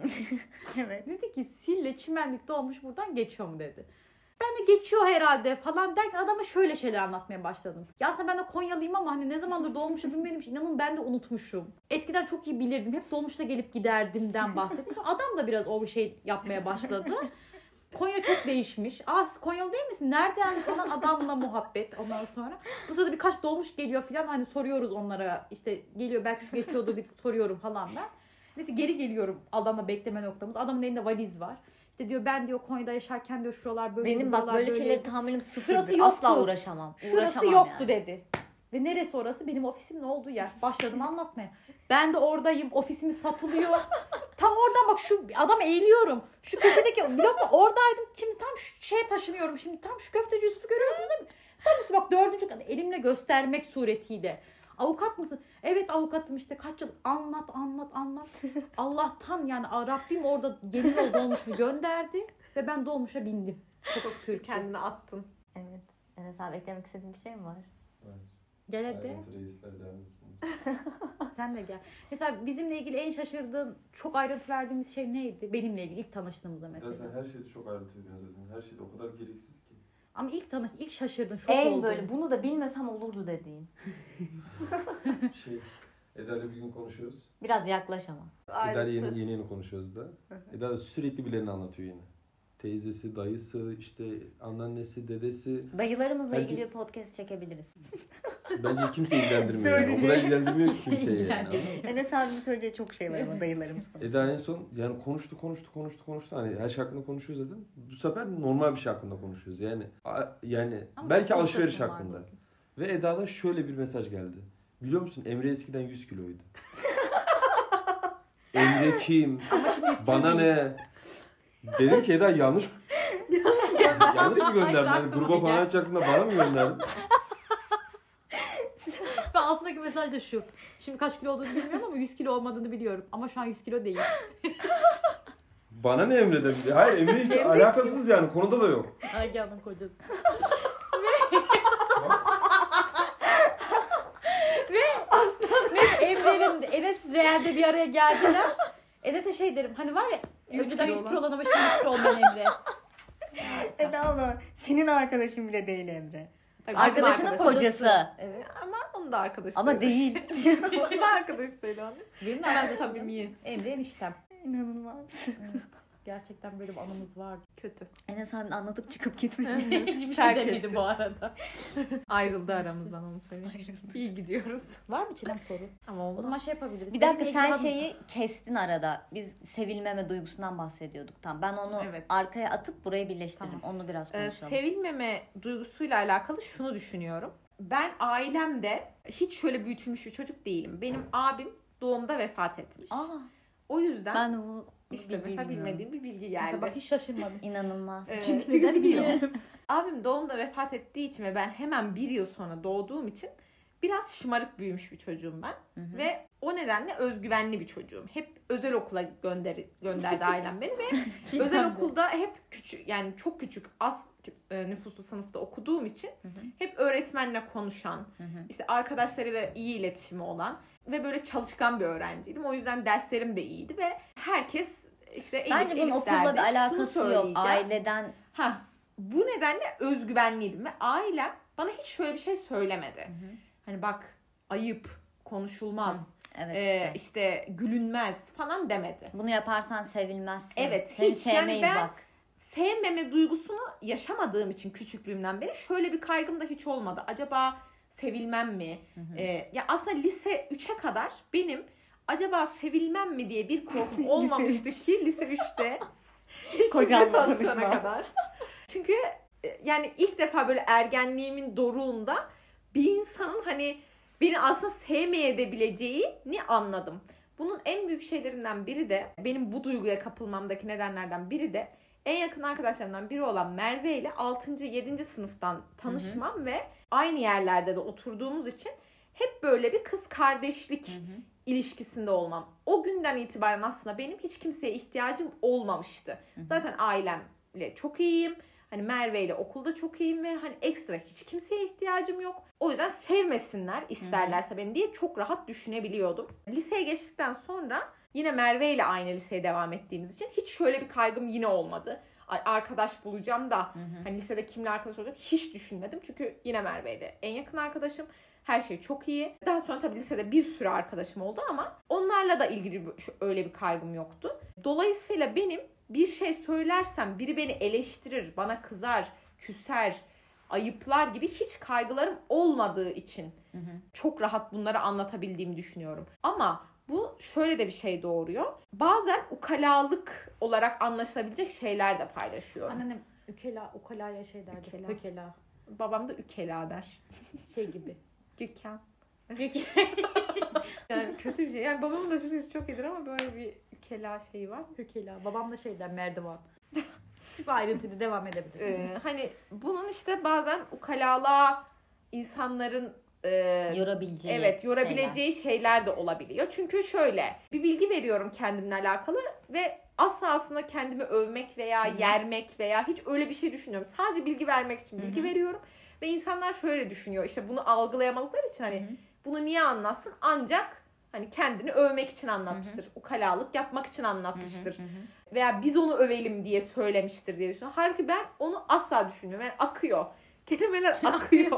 Evet. Dedi ki Sille çimenlik dolmuş buradan geçiyor mu dedi. Ben de geçiyor herhalde falan derken adama şöyle şeyler anlatmaya başladım. Ya aslında ben de Konyalıyım ama hani ne zamandır dolmuşa binmedim, inanın ben de unutmuşum. Eskiden çok iyi bilirdim. Hep dolmuşta gelip giderdimden bahsettim. Sonra adam da biraz o şey yapmaya başladı. Konya çok değişmiş. Aa siz Konyalı değil misin? Nereden falan adamla muhabbet ondan sonra. Bu sırada birkaç dolmuş geliyor falan, hani soruyoruz onlara. İşte geliyor belki şu geçiyordu deyip soruyorum falan ben. Neyse geri geliyorum adamla bekleme noktamız. Adamın elinde valiz var. İşte diyor ben diyor Konya'da yaşarken diyor şuralar böyle. Benim bak buralar böyle şeylere böyleydi. tahammülüm sıfırdır. Şurası yoktu. Asla uğraşamam. Şurası Uğraşamam yoktu yani. dedi. Ve neresi orası? Benim ofisimin olduğu yer. Başladım anlatmaya. Ben de oradayım. Ofisimiz satılıyor. Tam oradan bak şu adam eğiliyorum. Şu köşedeki blok oradaydım. Şimdi tam şu şeye taşınıyorum. Şimdi tam şu köfteci Yusuf'u görüyorsunuz değil mi? Tam üstü bak dördüncü kat elimle göstermek suretiyle. Avukat mısın? Evet avukatım işte kaç yıl. Anlat anlat anlat. Allah'tan yani Rabbim orada yeni yol dolmuşunu gönderdi. Ve ben dolmuşa bindim. Çok şükür ki. Kendini attın. Evet. Enes abi eklemek istediğin bir şey mi var? Evet. Gel hadi. Ayrıntı reisler devam etsin. Sen de gel. Mesela bizimle ilgili en şaşırdığın, çok ayrıntı verdiğimiz şey neydi? Benimle ilgili ilk tanıştığımızda Ya mesela. sen her şeyde çok ayrıntı veriyorsun zaten. Her şeyde o kadar gereksiz ki. Ama ilk tanış, ilk şaşırdın, şok En oldun. böyle bunu da bilmesem olurdu dediğin. Şey, Eda'yla bir gün konuşuyoruz. Biraz yaklaş ama. Eda'yla yeni, yeni yeni konuşuyoruz da. Eda da sürekli birilerini anlatıyor yine. Teyzesi, dayısı, işte anneannesi, dedesi. Dayılarımızla Belki- ilgili bir podcast çekebiliriz. Bence kimse ilgilendirmiyor. Yani. O kadar ilgilendirmiyor ki kimseyi yani. Enes abinin söyleyeceği çok şey var ama dayılarımız konusunda. Eda en son yani konuştu konuştu konuştu konuştu. Hani her şey hakkında konuşuyor zaten. Bu sefer normal bir şey hakkında konuşuyoruz. Yani a- yani Ama belki çok alışveriş konuşasın hakkında. vardı. Ve Eda'dan şöyle bir mesaj geldi. Biliyor musun Emre eskiden yüz kiloydu. Emre kim? Ama şimdi yüz kilo Bana değil. ne? Dedim ki Eda yanlış yanlış mı gönderdin? Hani gruba falan açacaktın da bana mı gönderdin? Ve altındaki mesaj da şu. Şimdi kaç kilo olduğunu bilmiyorum ama yüz kilo olmadığını biliyorum. Ama şu an yüz kilo değil. Bana ne Emre dedim. Hayır Emre hiç Emre alakasız yani konuda da yok. Hangi hanım kocası? Ve aslında Emre'nin Enes Real'de bir araya geldiler. Enes'e şey derim. Hani var ya önceden yüz kilo olan ama şimdi yüz kilo olmayan Emre. Eda abla senin arkadaşın bile değil Emre. Tabii Arkadaşının bizim arkadaşımız- kocası. Evet ama onun da arkadaşı. Ama değil. Onun da arkadaşı sayılır onu. Benim de Ben arkadaşım. samimiyet. Emre eniştem. İnanılmaz. Gerçekten böyle bir anımız vardı. Kötü. Enes abinin anlatıp çıkıp gitmedi. Hiçbir şey Terk demedi etti. bu arada. Ayrıldı aramızdan onu söyleyeyim. İyi gidiyoruz. Var mı Çilem soru? Ama O zaman şey yapabiliriz. Bir dakika Benimle sen ilgili- şeyi kestin arada. Biz sevilmeme duygusundan bahsediyorduk tam. Ben onu Evet. arkaya atıp burayı birleştiririm. Onu biraz Ee, konuşalım. sevilmeme duygusuyla alakalı şunu düşünüyorum. Ben ailemde hiç şöyle büyütülmüş bir çocuk değilim. Benim abim doğumda vefat etmiş. Aa, O yüzden ben bu işte bilgiyi mesela bilmiyorum. bilmediğim bir bilgi Mesela geldi. bak hiç şaşırmadım. İnanılmaz. Ee, Çünkü çünkü neden biliyorum. Abim doğumda vefat ettiği için ve ben hemen bir yıl sonra doğduğum için biraz şımarık büyümüş bir çocuğum ben. Hı hı. Ve o nedenle özgüvenli bir çocuğum. Hep özel okula gönder gönderdi ailem beni ve özel okulda hep küçük yani çok küçük az e, nüfuslu sınıfta okuduğum için Hı hı. hep öğretmenle konuşan, Hı hı. işte arkadaşlarıyla iyi iletişimi olan ve böyle çalışkan bir öğrenciydim. O yüzden derslerim de iyiydi ve herkes işte Elif, Bence bunun Elif okulla derdi. bir Şunu alakası yok. söyleyeceğim. Aileden Ha, bu nedenle özgüvenliydim ve ailem bana hiç şöyle bir şey söylemedi. Hı hı. Hani bak ayıp, konuşulmaz, evet e, işte. işte gülünmez falan demedi. Bunu yaparsan sevilmezsin. Evet, Seni hiç yani sevmeyiz ben- bak. Sevmeme duygusunu yaşamadığım için küçüklüğümden beri şöyle bir kaygım da hiç olmadı. Acaba sevilmem mi? Hı hı. Ee, ya aslında lise üçe kadar benim acaba sevilmem mi diye bir korkum olmamıştı ki lise üçte. Kocanla tanışana tanışma. kadar. Çünkü e, yani ilk defa böyle ergenliğimin doruğunda bir insanın hani beni aslında sevmeyebileceğini anladım. Bunun en büyük şeylerinden biri de benim bu duyguya kapılmamdaki nedenlerden biri de en yakın arkadaşlarımdan biri olan Merve ile altıncı yedinci sınıftan tanışmam ve aynı yerlerde de oturduğumuz için hep böyle bir kız kardeşlik Hı hı. ilişkisinde olmam. O günden itibaren aslında benim hiç kimseye ihtiyacım olmamıştı. Hı hı. Zaten ailemle çok iyiyim. Hani Merve ile okulda çok iyiyim ve hani ekstra hiç kimseye ihtiyacım yok. O yüzden sevmesinler isterlerse beni diye çok rahat düşünebiliyordum. Liseye geçtikten sonra yine Merve ile aynı liseye devam ettiğimiz için hiç şöyle bir kaygım yine olmadı. Ay, arkadaş bulacağım da Hı hı. hani lisede kimle arkadaş olacak hiç düşünmedim. Çünkü yine Merve ile en yakın arkadaşım. Her şey çok iyi. Daha sonra tabii lisede bir sürü arkadaşım oldu ama onlarla da ilgili bir- şu- öyle bir kaygım yoktu. Dolayısıyla benim bir şey söylersem biri beni eleştirir, bana kızar, küser, ayıplar gibi hiç kaygılarım olmadığı için Hı hı. çok rahat bunları anlatabildiğimi düşünüyorum. Ama bu şöyle de bir şey doğuruyor. Bazen ukalalık olarak anlaşılabilecek şeyler de paylaşıyorum. Anneannem ükela, ukalaya şey derdi. Ükela. Hökela. Babam da ükela der. Şey gibi. Gökhan. Yani kötü bir şey. Yani babamın da çocuk çok iyidir ama böyle bir ükela şeyi var. Hökela. Babam da şey der, merdivan. Şu ayrıntıyla devam edebilirsin. Ee, hani bunun işte bazen ukalalığa insanların e, Yorabileceği evet yorabileceği şeyler. de olabiliyor. Çünkü şöyle bir bilgi veriyorum kendimle alakalı ve asla aslında kendimi övmek veya Hı hı. yermek veya hiç öyle bir şey düşünmüyorum. Sadece bilgi vermek için bilgi Hı hı. veriyorum. Ve insanlar şöyle düşünüyor. İşte bunu algılayamadıkları için hani Hı-hı. bunu niye anlatsın? Ancak hani kendini övmek için anlatmıştır. Hı hı. Ukalalık yapmak için anlatmıştır. Hı hı hı. Veya biz onu övelim diye söylemiştir diye düşünüyorum. Halbuki ben onu asla düşünmüyorum. Yani akıyor. Kelimeler akıyor.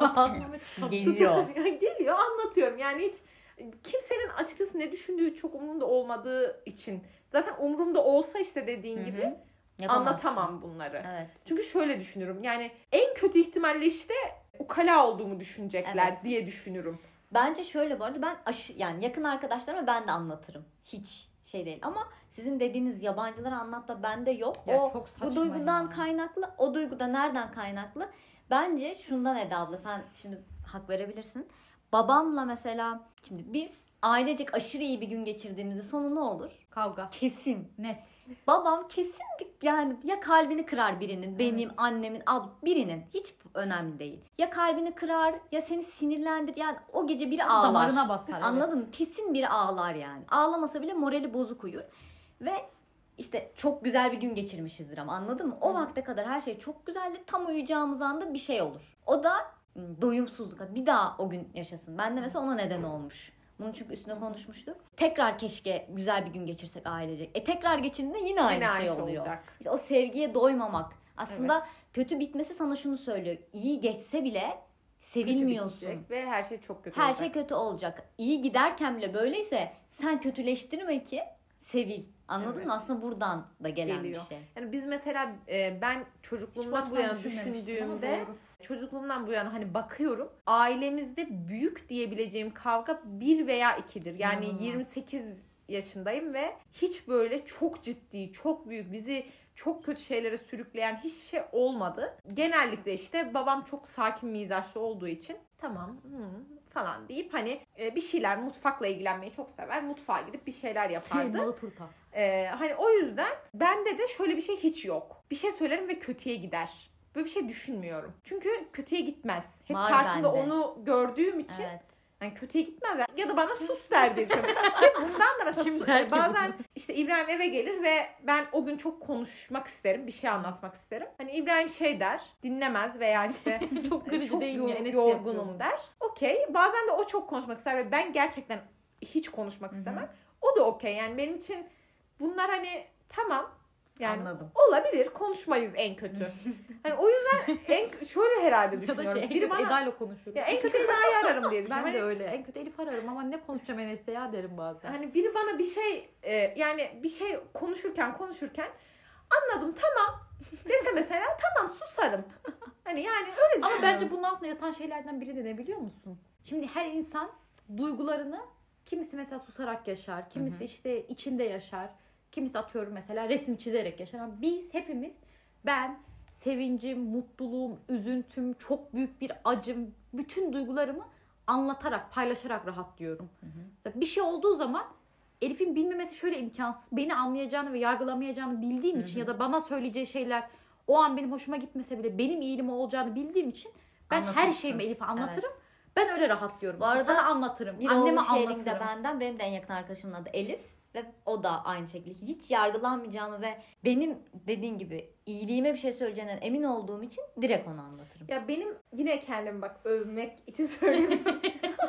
Geliyor. Yani geliyor, anlatıyorum. Yani hiç kimsenin açıkçası ne düşündüğü çok umurumda olmadığı için. Zaten umurumda olsa işte dediğin Hı hı. gibi Yapamazsın. anlatamam bunları. Evet. Çünkü şöyle düşünürüm. Yani en kötü ihtimalle işte ukala olduğumu düşünecekler Evet. diye düşünürüm. Bence şöyle bu arada ben aşı, yani yakın arkadaşlarıma ben de anlatırım. Hiç şey değil ama sizin dediğiniz yabancılara anlatma bende yok. Ya o çok bu saçma duygudan ya. kaynaklı. O duyguda nereden kaynaklı? Bence şundan Eda abla sen şimdi hak verebilirsin. Babamla mesela şimdi biz ailecek aşırı iyi bir gün geçirdiğimizde sonu ne olur? Kavga. Kesin. Net. Babam kesin bir- yani ya kalbini kırar birinin, benim, Evet. annemin, ab birinin hiç önemli değil. Ya kalbini kırar ya seni sinirlendir yani o gece biri ağlar. Damarına basar. Anladın evet. mı? Kesin biri ağlar yani. Ağlamasa bile morali bozuk uyur. Ve işte çok güzel bir gün geçirmişizdir ama anladın mı? O vakte kadar her şey çok güzeldir. Tam uyuyacağımız anda bir şey olur. O da ım, doyumsuzluk. Bir daha o gün yaşasın. Ben de mesela ona neden olmuş. Bunu çünkü üstüne konuşmuştuk. Tekrar keşke güzel bir gün geçirsek ailecek. E tekrar geçirdiğinde yine aynı Yine şey aynı oluyor. olacak. İşte o sevgiye doymamak. Aslında Evet. kötü bitmesi sana şunu söylüyor. İyi geçse bile Kötü sevilmiyorsun. bitecek ve her şey çok kötü Her olacak. şey kötü olacak. İyi giderken bile böyleyse sen kötüleştirme ki sevil. Anladın Evet. mı? Aslında buradan da gelen Geliyor. bir şey. Yani biz mesela e, ben çocukluğumdan Hiç bu yana açıdan düşünmemiştim ama düşündüğümde doğru. çocukluğumdan bu yana hani bakıyorum ailemizde büyük diyebileceğim kavga bir veya ikidir. Yani İnanılmaz. yirmi sekiz yaşındayım ve hiç böyle çok ciddi, çok büyük bizi çok kötü şeylere sürükleyen hiçbir şey olmadı. Genellikle işte babam çok sakin mizaçlı olduğu için tamam hı, falan deyip hani e, bir şeyler mutfakla ilgilenmeyi çok sever. Mutfağa gidip bir şeyler yapardı. Kıymalı turta. Ee, hani o yüzden bende de şöyle bir şey hiç yok. Bir şey söylerim ve kötüye gider. Böyle bir şey düşünmüyorum. Çünkü kötüye gitmez. Hep Var karşımda bende. onu gördüğüm için Evet. yani kötüye gitmez. Yani. Ya da bana sus der diye düşünüyorum. Ki bundan da mesela Kim der ki bazen bunu? işte İbrahim eve gelir ve ben o gün çok konuşmak isterim. Bir şey anlatmak isterim. Hani İbrahim şey der, dinlemez veya işte Çok kırıcı çok değil yo- mi? Enes de yorgunum yapıyor. der. Okey. Bazen de o çok konuşmak ister ve ben gerçekten hiç konuşmak istemem. O da okey. Yani benim için bunlar hani tamam. Yani Anladım. olabilir. Konuşmayız en kötü. Hani o yüzden en şöyle herhalde Ya da düşünüyorum. şey, en Biri kötü bana Eda'yla konuşurum. ya en kötü Eda'yı ararım diye Ben düşünüyorum. de Hani, öyle. En kötü Elif ararım ama ne konuşacağım Enes'le ya derim bazen. hani biri bana bir şey e, yani bir şey konuşurken konuşurken anladım tamam dese mesela tamam susarım. Hani yani öyle Ama düşünüyorum. bence bunun altında yatan şeylerden biri de ne biliyor musun? Şimdi her insan duygularını kimisi mesela susarak yaşar, kimisi Hı hı. işte içinde yaşar, kimisi atıyorum mesela resim çizerek yaşar. Ama biz hepimiz ben sevincim, mutluluğum, üzüntüm, çok büyük bir acım, bütün duygularımı anlatarak, paylaşarak rahatlıyorum. Hı hı. Mesela bir şey olduğu zaman Elif'in bilmemesi şöyle imkansız. Beni anlayacağını ve yargılamayacağını bildiğim Hı için hı. ya da bana söyleyeceği şeyler o an benim hoşuma gitmese bile benim iyiliğime olacağını bildiğim için ben her Anlatırsın. şeyimi Elif'e anlatırım. Evet. Ben öyle rahatlıyorum. Bu İşte arada sana anlatırım. Bir Anneme oğlu sharing de anlatırım. benden. Benim de en yakın arkadaşımın adı Elif. Ve o da aynı şekilde hiç yargılanmayacağımı ve benim dediğin gibi iyiliğime bir şey söyleyeceğinden emin olduğum için direkt onu anlatırım. Ya benim yine kendimi bak övmek için söylemiyorum.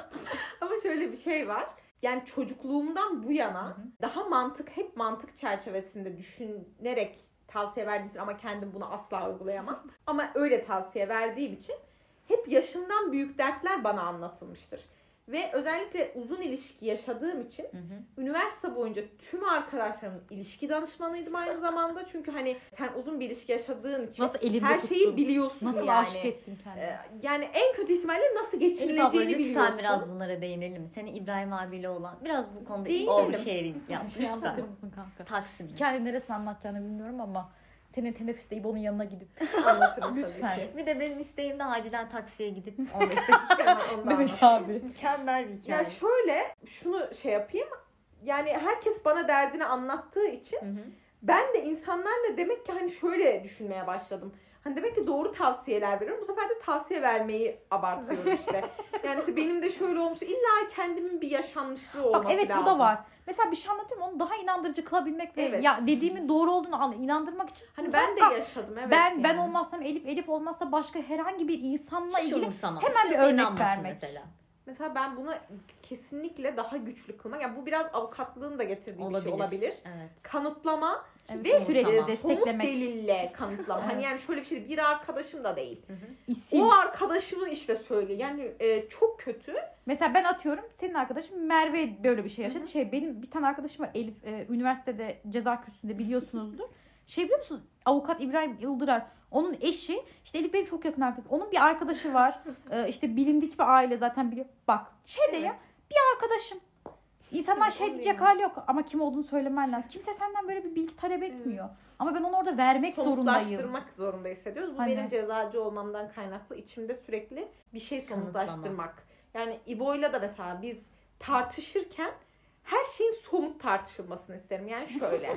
Ama şöyle bir şey var. Yani çocukluğumdan bu yana Hı hı. daha mantık hep mantık çerçevesinde düşünerek tavsiye verdiğim için ama kendim bunu asla uygulayamam. Ama öyle tavsiye verdiğim için hep yaşımdan büyük dertler bana anlatılmıştır. Ve özellikle uzun ilişki yaşadığım için Hı hı. üniversite boyunca tüm arkadaşlarımın ilişki danışmanıydım aynı zamanda. Çünkü hani sen uzun bir ilişki yaşadığın için Nasıl elinde her tuttun? şeyi biliyorsun Nasıl yani. aşık ettin kendini? Ee, Yani en kötü ihtimalle nasıl Elif abla geçinileceğini lütfen biliyorsun. biraz bunlara değinelim. Senin İbrahim abiyle olan biraz bu konuda Değinelim. oversharing yap Şey anlatır lütfen. mısın kanka? Taksim'i. Hikayenin neresini anlatacağını bilmiyorum ama senin teneffüste İbo'nun yanına gidip Anlatırım Lütfen. tabii ki. Bir de benim isteğim de acilen taksiye gidip on beş dakika. Hemen onu da Mehmet anlatayım. abi. Mükemmel bir hikaye. Ya şöyle şunu şey yapayım. Yani herkes bana derdini anlattığı için Hı hı. ben de insanlarla demek ki hani şöyle düşünmeye başladım. Hani demek ki doğru tavsiyeler veriyorum. Bu sefer de tavsiye vermeyi abartıyorum işte. Yani işte benim de şöyle olmuş. İlla kendimin bir yaşanmışlığı olması Bak evet lazım. bu da var. Mesela bir şey anlatıyorum onu daha inandırıcı kılabilmek ve Evet. ya dediğimin doğru olduğunu inandırmak için. Hani ben de yaşadım evet. Ben yani. ben olmazsam Elif, Elif olmazsa başka herhangi bir insanla Hiç ilgili umursamam. hemen bir İstiyorsa örnek inanmasın vermek. Mesela. Mesela ben buna kesinlikle daha güçlü kılmak. Yani bu biraz avukatlığın da getirdiği Olabilir. bir şey olabilir. Evet. Kanıtlama Evet, ve sürekli somut desteklemek. delille kanıtlama. Evet. Hani yani şöyle bir şey bir arkadaşım da değil. İsim. O arkadaşımı işte söyle. Yani e, çok kötü. Mesela ben atıyorum senin arkadaşın Merve böyle bir şey yaşadı. Hı hı. Şey benim bir tane arkadaşım var Elif e, üniversitede ceza kürsüsünde biliyorsunuzdur. Şey biliyor musunuz? Avukat İbrahim Yıldırar. Onun eşi işte Elif benim çok yakın arkadaşım. Onun bir arkadaşı var. e, işte bilindik bir aile zaten biliyor. Bak şey de ya bir arkadaşım. İnsanlar şey diyecek hali yok ama kim olduğunu söylemen lazım. Kimse senden böyle bir bilgi talep etmiyor. Evet. Ama ben onu orada vermek zorundayım. Somutlaştırmak zorunda hissediyoruz. Bu Hani. benim cezacı olmamdan kaynaklı. İçimde sürekli bir şey somutlaştırmak. Yani İbo'yla da mesela biz tartışırken her şeyin somut tartışılmasını isterim. Yani şöyle.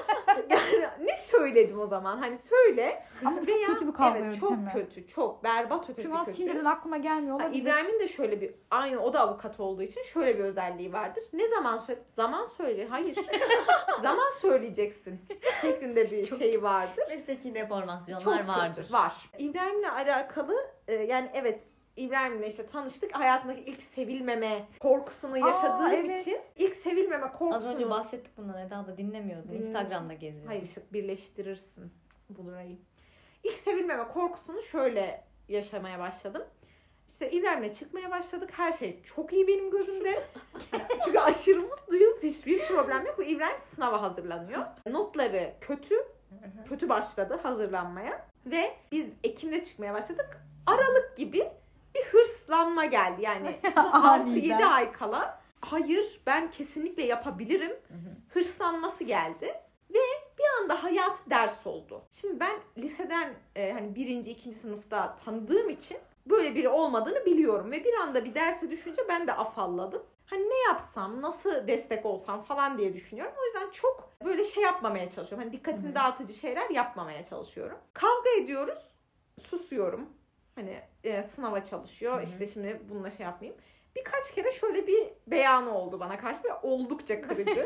Yani ne söyledim o zaman? Hani söyle. Ama çok veya, kötü bir kavga evet, yöntemi. çok kötü. Çok berbat ötesi Şu an kötü. sinirden aklıma gelmiyor Ha, olabilir. İbrahim'in de şöyle bir aynı o da avukat olduğu için şöyle bir özelliği vardır. Ne zaman söyle zaman söyleyecek. Hayır. zaman söyleyeceksin şeklinde bir Çok şeyi vardır. Mesleki deformasyonlar Çok vardır. kötü. Var. İbrahim'le alakalı e, yani evet İbrahim'le işte tanıştık. Hayatımdaki ilk sevilmeme korkusunu yaşadığım Aa, evet. için ilk sevilmeme korkusunu. Az önce bahsettik bundan. Eda da dinlemiyordu. Dinledim. Instagram'da geziyor. Hayır işte birleştirirsin burayı. İlk sevilmeme korkusunu şöyle yaşamaya başladım. İşte İbrahim'le çıkmaya başladık. Her şey çok iyi benim gözümde. Çünkü aşırı mutluyuz. Hiçbir problem yok. Bu İbrahim sınava hazırlanıyor. Notları kötü. Kötü başladı hazırlanmaya. Ve biz Ekim'de çıkmaya başladık. Aralık gibi bir hırslanma geldi. Yani altı yedi ay kala. Hayır ben kesinlikle yapabilirim. Hırslanması geldi. Ve bir anda hayat ders oldu. Şimdi ben liseden e, hani birinci, ikinci sınıfta tanıdığım için böyle biri olmadığını biliyorum. Ve bir anda bir derse düşünce ben de afalladım. Hani ne yapsam, nasıl destek olsam falan diye düşünüyorum. O yüzden çok böyle şey yapmamaya çalışıyorum. Hani dikkatini Hı-hı. dağıtıcı şeyler yapmamaya çalışıyorum. Kavga ediyoruz, susuyorum. Hani e, sınava çalışıyor. Hı-hı. İşte şimdi bununla şey yapmayayım. Birkaç kere şöyle bir beyanı oldu bana karşı ve oldukça kırıcı.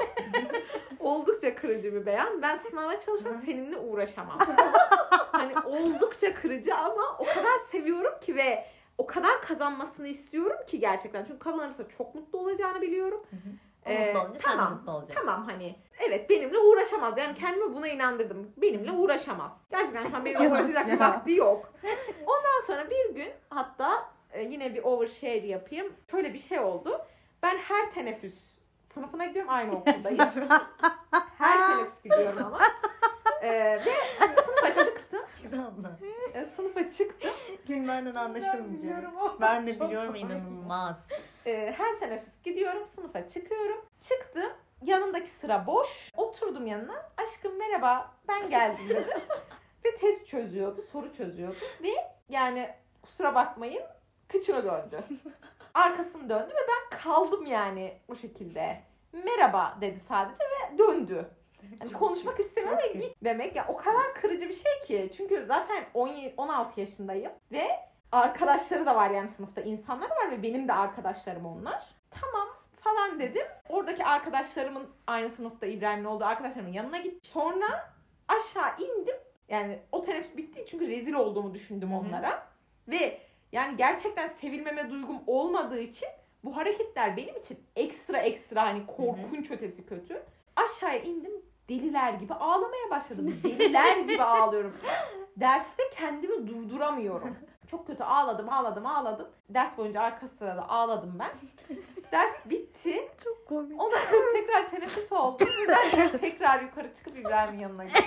oldukça kırıcı bir beyan. Ben sınava çalışıyorum, seninle uğraşamam. Hani oldukça kırıcı ama o kadar seviyorum ki ve o kadar kazanmasını istiyorum ki gerçekten. Çünkü kazanırsa çok mutlu olacağını biliyorum. Hı hı. Ee, mutlu olunca tamam, sen de mutlu olacaksın. Tamam hani evet benimle uğraşamaz. Yani kendimi buna inandırdım. Benimle uğraşamaz. Gerçekten şu an benimle uğraşacak bir vakti yok. Ondan sonra bir gün hatta e, yine bir overshare yapayım. Şöyle bir şey oldu. Ben her teneffüs sınıfına gidiyorum. Aynı okuldayız. Her teneffüs gidiyorum ama. Ee, ve sınıfa çıktım. Ee, sınıfa çıktım. Gülmenden anlaşılmayacak. Ben de biliyorum inanılmaz. Ee, her teneffüs gidiyorum. Sınıfa çıkıyorum. Çıktım. Yanındaki sıra boş. Oturdum yanına. Aşkım merhaba ben geldim dedim. Ve test çözüyordu. Soru çözüyordu. Ve yani kusura bakmayın kıçına döndü. Arkasını döndü ve ben kaldım yani o şekilde. Merhaba dedi sadece ve döndü. Yani konuşmak istemiyorum ve git demek. Ya o kadar kırıcı bir şey ki. Çünkü zaten on yedi on altı yaşındayım ve arkadaşları da var yani sınıfta insanlar var ve benim de arkadaşlarım onlar. Tamam falan dedim. Oradaki arkadaşlarımın aynı sınıfta İbrahim'in olduğu arkadaşlarımın yanına gittim. Sonra aşağı indim. Yani o teneffüs bitti çünkü rezil olduğumu düşündüm onlara. Hı-hı. Ve yani gerçekten sevilmeme duygum olmadığı için bu hareketler benim için ekstra ekstra hani korkunç Hı-hı. ötesi kötü. Aşağıya indim. Deliler gibi ağlamaya başladım. Deliler gibi ağlıyorum. Derste kendimi durduramıyorum. Çok kötü ağladım, ağladım, ağladım. Ders boyunca arka sırada ağladım ben. Ders bitti. Çok komik. Ondan sonra tekrar teneffüs oldu. Ben tekrar yukarı çıkıp İbrahim'in yanına gittim.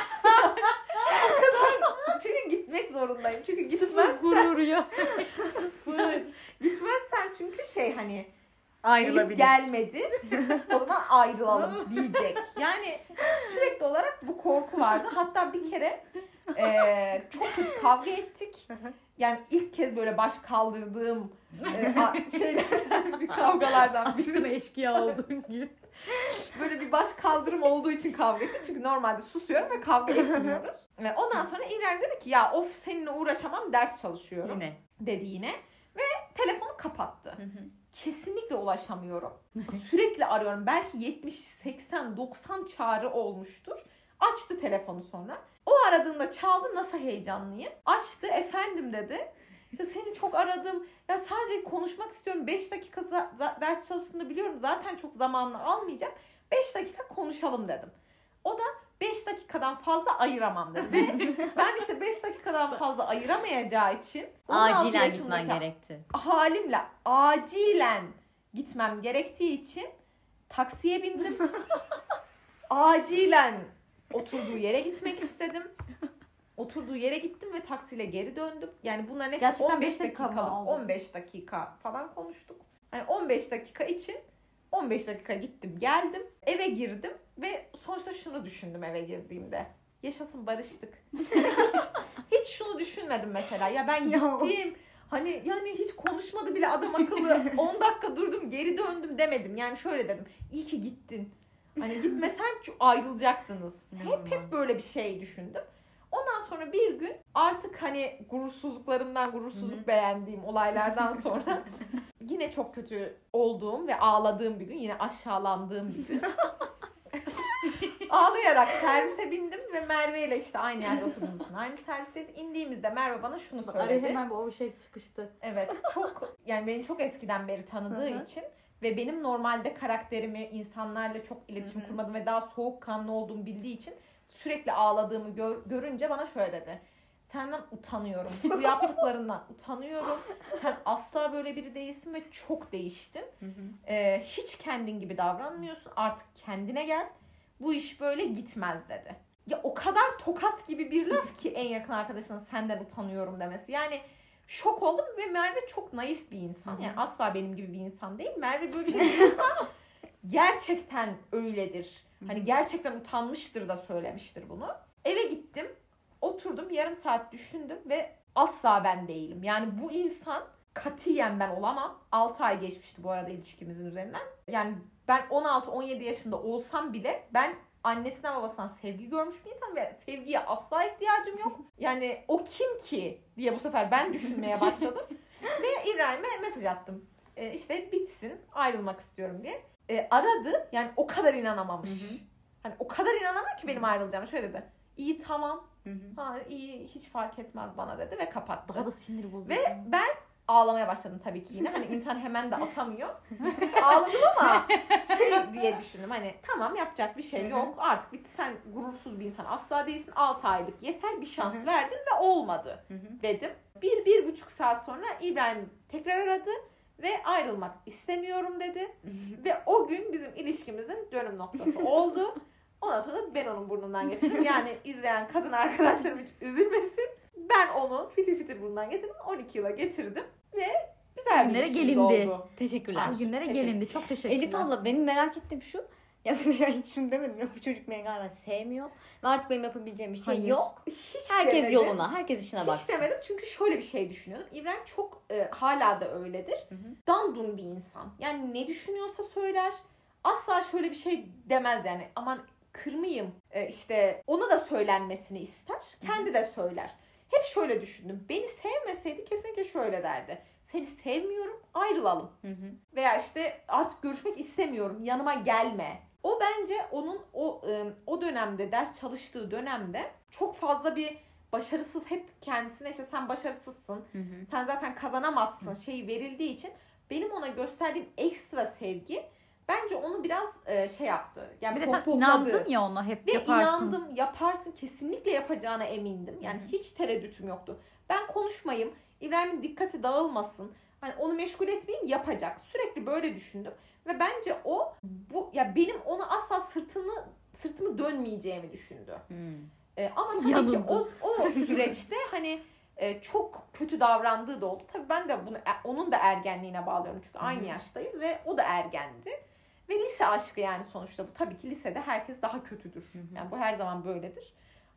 Çünkü gitmek zorundayım. Çünkü gitmezsem... Gurur ya. Gitmezsem çünkü şey hani... Ayrılabilir. Gelmedi. O zaman ayrılalım diyecek. Yani sürekli olarak bu korku vardı. Hatta bir kere Ee, çok kötü kavga ettik. Yani ilk kez böyle baş kaldırdığım e, a- şeylerden bir kavgalardan biri. Aşkına eşkıya olduğun gibi. Böyle bir baş kaldırım olduğu için kavga ettik. Çünkü normalde susuyorum ve kavga etmiyoruz. Ve ondan sonra İbrahim dedi ki ya of seninle uğraşamam, ders çalışıyorum. Yine. Dedi yine. Ve telefonu kapattı. Hı hı. Kesinlikle ulaşamıyorum. Sürekli arıyorum. Belki yetmiş, seksen, doksan çağrı olmuştur. Açtı telefonu sonra. O aradığında çaldı, nasıl heyecanlıyım. Açtı, efendim dedi. Ya seni çok aradım. Ya sadece konuşmak istiyorum. beş dakika za- za- ders çalıştığını biliyorum. Zaten çok zamanını almayacak. beş dakika konuşalım dedim. O da beş dakikadan fazla ayıramam dedi. Ve ben işte beş dakikadan fazla ayıramayacağı için Acilen gitmen gerekti. halimle acilen gitmem gerektiği için taksiye bindim. Acilen oturduğu yere gitmek istedim. Oturduğu yere gittim ve taksiyle geri döndüm. Yani bunların hepsi Gerçekten on beş beş dakika dakika, mı aldı? on beş dakika falan konuştuk. Hani on beş dakika için on beş dakika gittim, geldim, eve girdim ve sonuçta şunu düşündüm eve girdiğimde. Yaşasın, barıştık. hiç, hiç şunu düşünmedim mesela. Ya ben gittim. Hani yani hiç konuşmadı bile adam akıllı. on dakika durdum, geri döndüm demedim. Yani şöyle dedim. İyi ki gittin. Hani gitmesen ayrılacaktınız. Hep hep böyle bir şey düşündüm. Ondan sonra bir gün artık hani gurursuzluklarımdan, gurursuzluk Hı-hı. beğendiğim olaylardan sonra yine çok kötü olduğum ve ağladığım bir gün, yine aşağılandığım bir gün. Ağlayarak servise bindim ve Merve ile işte aynı yerde oturduğumuz için aynı servisteyiz. İndiğimizde Merve bana şunu söyledi. Araya hemen bu şey sıkıştı. Evet, çok yani beni çok eskiden beri tanıdığı Hı-hı. için ve benim normalde karakterimi, insanlarla çok iletişim Hı-hı. kurmadığım ve daha soğukkanlı olduğumu bildiği için sürekli ağladığımı gör, görünce bana şöyle dedi. Senden utanıyorum. Bu yaptıklarından utanıyorum. Sen asla böyle biri değilsin ve çok değiştin. Ee, hiç kendin gibi davranmıyorsun. Artık kendine gel. Bu iş böyle gitmez dedi. Ya o kadar tokat gibi bir laf ki en yakın arkadaşının senden utanıyorum demesi. Yani şok oldum ve Merve çok naif bir insan. Yani asla benim gibi bir insan değil. Merve böyle bir şey değilse gerçekten öyledir. Hani gerçekten utanmıştır da söylemiştir bunu. Eve gittim. Oturdum. Yarım saat düşündüm ve asla ben değilim. Yani bu insan katiyen ben olamam. altı ay geçmişti bu arada ilişkimizin üzerinden. Yani ben on altı on yedi yaşında olsam bile ben annesinden babasından sevgi görmüş bir insan ve sevgiye asla ihtiyacım yok. Yani o kim ki diye bu sefer ben düşünmeye başladım. Ve İbrahim'e mesaj attım. E işte bitsin, ayrılmak istiyorum diye. E, aradı. Yani o kadar inanamamış. Hı hı. Hani o kadar inanamıyor ki benim ayrılacağım. Şöyle dedi. İyi tamam. Hı hı. Ha iyi, hiç fark etmez bana dedi ve kapattı. Daha da sinir bozucu. Ve ben ağlamaya başladım tabii ki yine. Hani insan hemen de atamıyor. Ağladım ama şey diye düşündüm. Hani tamam, yapacak bir şey yok. Artık bitti, sen gurursuz bir insan asla değilsin. altı aylık yeter, bir şans verdin ve olmadı dedim. Bir, bir buçuk saat sonra İbrahim tekrar aradı. Ve ayrılmak istemiyorum dedi. Ve o gün bizim ilişkimizin dönüm noktası oldu. Ondan sonra ben onun burnundan getirdim. Yani izleyen kadın arkadaşlarım hiç üzülmesin. Ben onu fitil fitil burnundan getirdim. on iki yıla getirdim. Ve güzel bir ilişkimiz gelindi. oldu. Teşekkürler. Ay, günlere Teşekkür. gelindi. Çok teşekkürler. Elif abla, benim merak ettiğim şu. Ya mesela hiç şunu demedim ya, bu çocuk beni galiba sevmiyor. Ve artık benim yapabileceğim bir şey Hayır. yok. Hiç Herkes demedim. yoluna, herkes işine baksın. Hiç demedim çünkü şöyle bir şey düşünüyordum. İbrahim çok e, hala da öyledir. Hı hı. Dandun bir insan. Yani ne düşünüyorsa söyler. Asla şöyle bir şey demez yani. Aman kırmayayım. E, işte ona da söylenmesini ister. Kendi hı hı. de söyler. Hep şöyle düşündüm. Beni sevmeseydi kesinlikle şöyle derdi. Seni sevmiyorum, ayrılalım. Hı hı. Veya işte artık görüşmek istemiyorum, yanıma gelme. O bence onun o o dönemde, ders çalıştığı dönemde çok fazla bir başarısız, hep kendisine işte sen başarısızsın, hı hı. sen zaten kazanamazsın hı. şeyi verildiği için benim ona gösterdiğim ekstra sevgi bence onu biraz şey yaptı. Yani bir de sen inandın ya ona, hep ve yaparsın. Ve inandım, yaparsın, kesinlikle yapacağına emindim. Yani hı hı. hiç tereddütüm yoktu. Ben konuşmayayım, İbrahim'in dikkati dağılmasın. Hani onu meşgul etmeyeyim, yapacak. Sürekli böyle düşündüm. Ve bence o bu ya benim ona asla sırtını sırtımı dönmeyeceğimi düşündü. Hmm. Ee, ama tabii Yanıldı. ki o o süreçte hani e, çok kötü davrandığı da oldu. Tabii ben de bunu onun da ergenliğine bağlıyorum. Çünkü hmm. aynı yaştayız ve o da ergendi. Ve lise aşkı yani sonuçta bu. Tabii ki lisede herkes daha kötüdür. Hmm. Yani bu her zaman böyledir.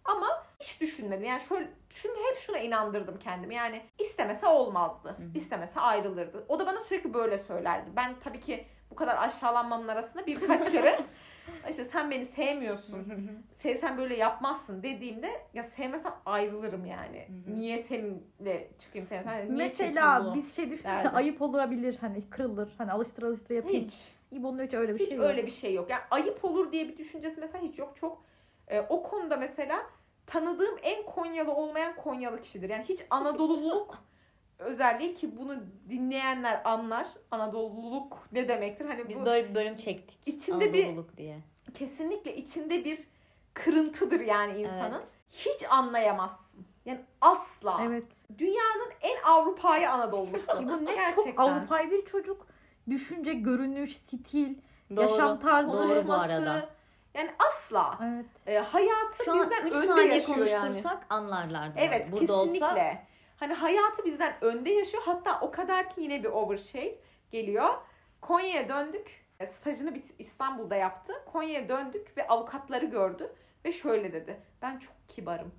Ama hiç düşünmedim. Yani şöyle, çünkü hep şuna inandırdım kendimi. Yani istemese olmazdı. Hı hı. İstemese ayrılırdı. O da bana sürekli böyle söylerdi. Ben tabii ki bu kadar aşağılanmamın arasında birkaç kere işte sen beni sevmiyorsun. Sevsen böyle yapmazsın dediğimde ya sevmesem ayrılırım yani. Niye seninle çıkayım sevmesem? Yani niye mesela biz şey düşünürse ayıp olabilir. Hani kırılır. Hani alıştır alıştır yapayım. Hiç. İbo'nun hiç öyle bir hiç şey yok. yok. Hiç öyle bir şey yok. Yani ayıp olur diye bir düşüncesi mesela hiç yok. Çok e, o konuda mesela tanıdığım en Konyalı olmayan Konyalı kişidir. Yani hiç Anadoluluk özelliği ki bunu dinleyenler anlar. Anadoluluk ne demektir? Hani biz bu böyle bir bölüm çektik. İçinde bir diye. Kesinlikle içinde bir kırıntıdır yani insanın. Evet. Hiç anlayamazsın. Yani asla. Evet. Dünyanın en Avrupa'yı Anadolu'su. Bu ne gerçekten. Çok Avrupa'yı bir çocuk. Düşünce, görünüş, stil, doğru. Yaşam tarzı. Doğru bu arada. Yani asla. Evet. E, hayatı şu bizden önde yaşıyor yani. Şu an üç saniye konuştursak anlarlardı. Evet, burada kesinlikle. Olsa... Hani hayatı bizden önde yaşıyor. Hatta o kadar ki yine bir overshare geliyor. Konya'ya döndük. Stajını bit- İstanbul'da yaptı. Konya'ya döndük ve avukatları gördü. Ve şöyle dedi. Ben çok kibarım.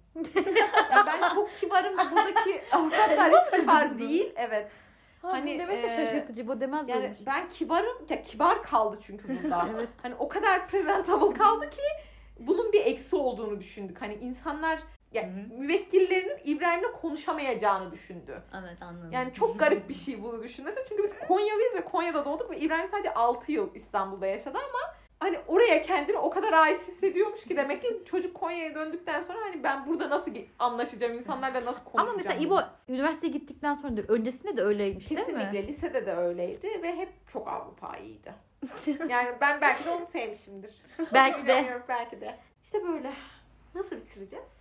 Ya ben çok kibarım ve buradaki avukatlar hiç kibar değil. Evet. Ha, hani demesi de şaşırtıcı. Bu demez yani olmuş. Ben kibarım. Ya kibar kaldı çünkü burada. Evet. Hani o kadar presentable kaldı ki bunun bir eksi olduğunu düşündük. Hani insanlar yani müvekkillerinin İbrahim'le konuşamayacağını düşündü. Evet, anladım. Yani çok garip bir şey bunu düşünmesi. Çünkü biz Konyalıyız ve Konya'da doğduk ve İbrahim sadece altı yıl İstanbul'da yaşadı ama hani oraya kendini o kadar ait hissediyormuş ki demek ki çocuk Konya'ya döndükten sonra hani ben burada nasıl anlaşacağım, insanlarla nasıl konuşacağım. Ama mesela İbo üniversiteye gittikten sonra da öncesinde de öyleymiş değil mi? Kesinlikle lisede de öyleydi ve hep çok Avrupa'yıydı. Yani ben belki de onu sevmişimdir. Belki de. Belki de. İşte böyle. Nasıl bitireceğiz?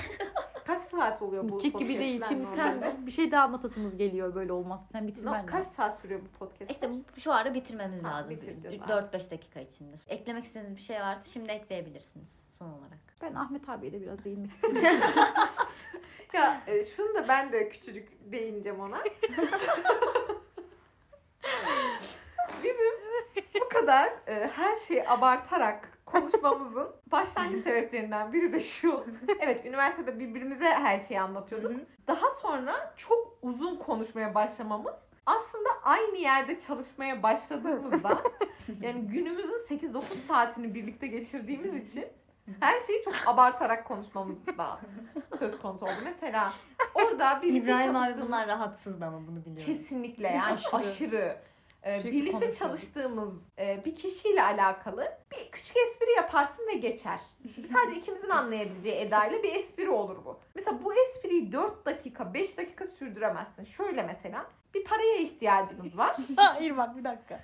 Kaç saat oluyor bu podcast? Gibi değil. Şimdi sen bir şey daha anlatasımız geliyor böyle olmaz. Sen bitirmen no, Kaç saat sürüyor bu podcast? İşte şu ara bitirmemiz ha, lazım. dört beş dakika içinde. Eklemek istediğiniz bir şey varsa şimdi ekleyebilirsiniz son olarak. Ben Ahmet abiye de biraz değinmek istiyorum. Ya e, şunu da ben de küçücük değineceğim ona. Bizim bu kadar e, her şeyi abartarak konuşmamızın başlangıç sebeplerinden biri de şu. Evet, üniversitede birbirimize her şeyi anlatıyorduk. Hı hı. Daha sonra çok uzun konuşmaya başlamamız aslında aynı yerde çalışmaya başladığımızda yani günümüzün sekiz dokuz saatini birlikte geçirdiğimiz için her şeyi çok abartarak konuşmamız da söz konusu oldu. Mesela orada birlikte İbrahim çalıştığımız... abi bunlar rahatsızdı ama bunu biliyorum. Kesinlikle yani aşırı. aşırı. Ee, birlikte çalıştığımız e, bir kişiyle alakalı bir küçük espri yaparsın ve geçer. Sadece ikimizin anlayabileceği edayla bir espri olur bu. Mesela bu espriyi dört dakika, beş dakika sürdüremezsin. Şöyle mesela bir paraya ihtiyacınız var. Hayır bak bir dakika.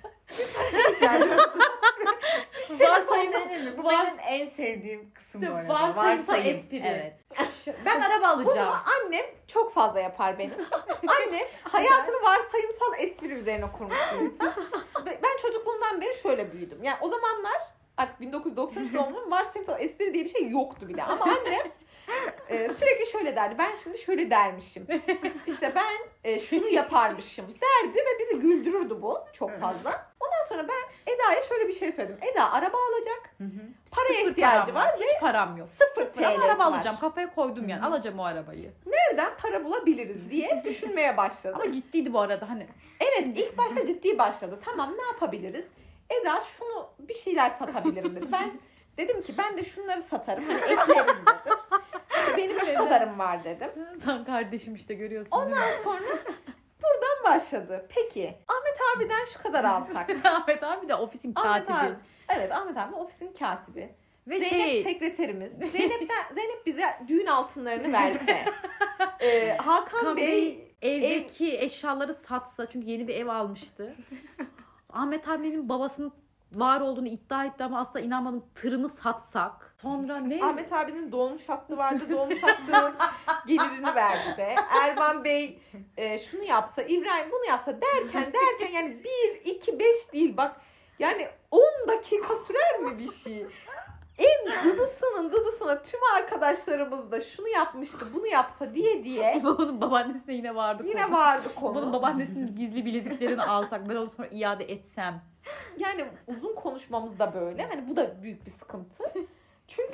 Varsayım mi? Bu benim en sevdiğim kısım bu arada. Varsayımsal espri. Evet. Ben araba alacağım. Bunu annem çok fazla yapar benim. Annem hayatını varsayımsal espri üzerine kurmuş bir insan. Ben çocukluğumdan beri şöyle büyüdüm. Yani o zamanlar artık bin dokuz yüz doksan üç doğumluyum, varsayımsal espri diye bir şey yoktu bile. Ama annem e, sürekli şöyle derdi. Ben şimdi şöyle dermişim. İşte ben e, şunu yaparmışım derdi ve bizi güldürürdü bu çok fazla. Ondan sonra ben Eda'ya şöyle bir şey söyledim. Eda araba alacak. Hı hı. Paraya sıfır ihtiyacı var ve hiç param yok. Sıfır T L'si araba var. alacağım. Kafaya koydum yani. Hı-hı. Alacağım o arabayı. Nereden para bulabiliriz diye düşünmeye başladım. Ama ciddiydi bu arada hani. Evet, ilk başta ciddi başladı. Tamam, ne yapabiliriz? Eda şunu bir şeyler satabilirim dedi. Ben dedim ki ben de şunları satarım. Hani ekleriz dedim. Benim şu kadarım var dedim. Sen kardeşim işte görüyorsun. Ondan sonra buradan başladı. Peki Ahmet abiden şu kadar alsak. Ahmet abi de ofisin katibi. Ahmet abi, evet Ahmet abi ofisin katibi. Ve Zeynep şey... sekreterimiz. Zeynep'ten, Zeynep bize düğün altınlarını verse. ee, Hakan Hakan Bey, Bey evdeki ev... eşyaları satsa çünkü yeni bir ev almıştı. Ahmet abinin babasının var olduğunu iddia etti ama asla inanmadım. Tırını satsak. Sonra ne? Ahmet abinin dolmuş hattı vardı. Dolmuş hattının gelirini verse. Erman Bey e, şunu yapsa. İbrahim bunu yapsa derken derken yani bir, iki, beş değil bak. Yani on dakika sürer mi bir şey? En dıdısının dıdısına tüm arkadaşlarımız da şunu yapmıştı, bunu yapsa diye diye. Bunun babaannesine yine vardı konu. Yine vardı konu. Bunun babaannesinin gizli bileziklerini alsak, ben onu sonra iade etsem. Yani uzun konuşmamız da böyle. Hani bu da büyük bir sıkıntı. Çünkü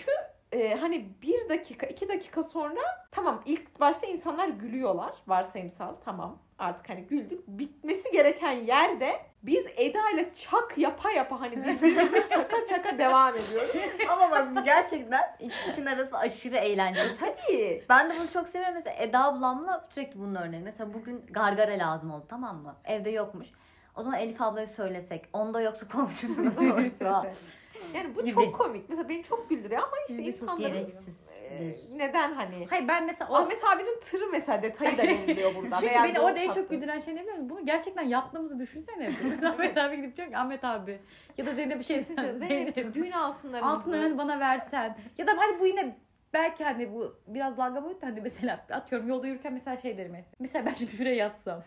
e, hani bir dakika iki dakika sonra tamam ilk başta insanlar gülüyorlar varsayımsal, tamam artık hani güldük, bitmesi gereken yerde biz Eda ile çak yapa yapa hani birbirimizi çaka çaka devam ediyoruz. Ama bak gerçekten iki kişinin arası aşırı eğlenceli. Tabii. Ben de bunu çok seviyorum. Mesela Eda ablamla sürekli bunun örneği. Mesela bugün gargara lazım oldu, tamam mı? Evde yokmuş. O zaman Elif ablaya söylesek. Onda yoksa komşusuna sorsa. Yani bu Gibi. çok komik. Mesela beni çok güldürüyor ama işte Gibi çok insanların gereksiz. e, neden hani. Hayır ben mesela o... Ahmet abinin tırı mesela detayı da veriliyor burada. Çünkü Veya beni doğum orada en hattı. çok güldüren şey ne biliyor musun? Bunu gerçekten yaptığımızı düşünsene. Ahmet abi gidip diyor ki Ahmet abi ya da Zeynep bir şey Kesinlikle. sen Zeynep'ciğim düğün altınlarımızı. altınlarını bana versen. Ya da hadi bu yine belki hani bu biraz dalga boyutu, hani mesela atıyorum yolda yürürken mesela şey derim hep. Mesela ben şimdi şuraya yatsam.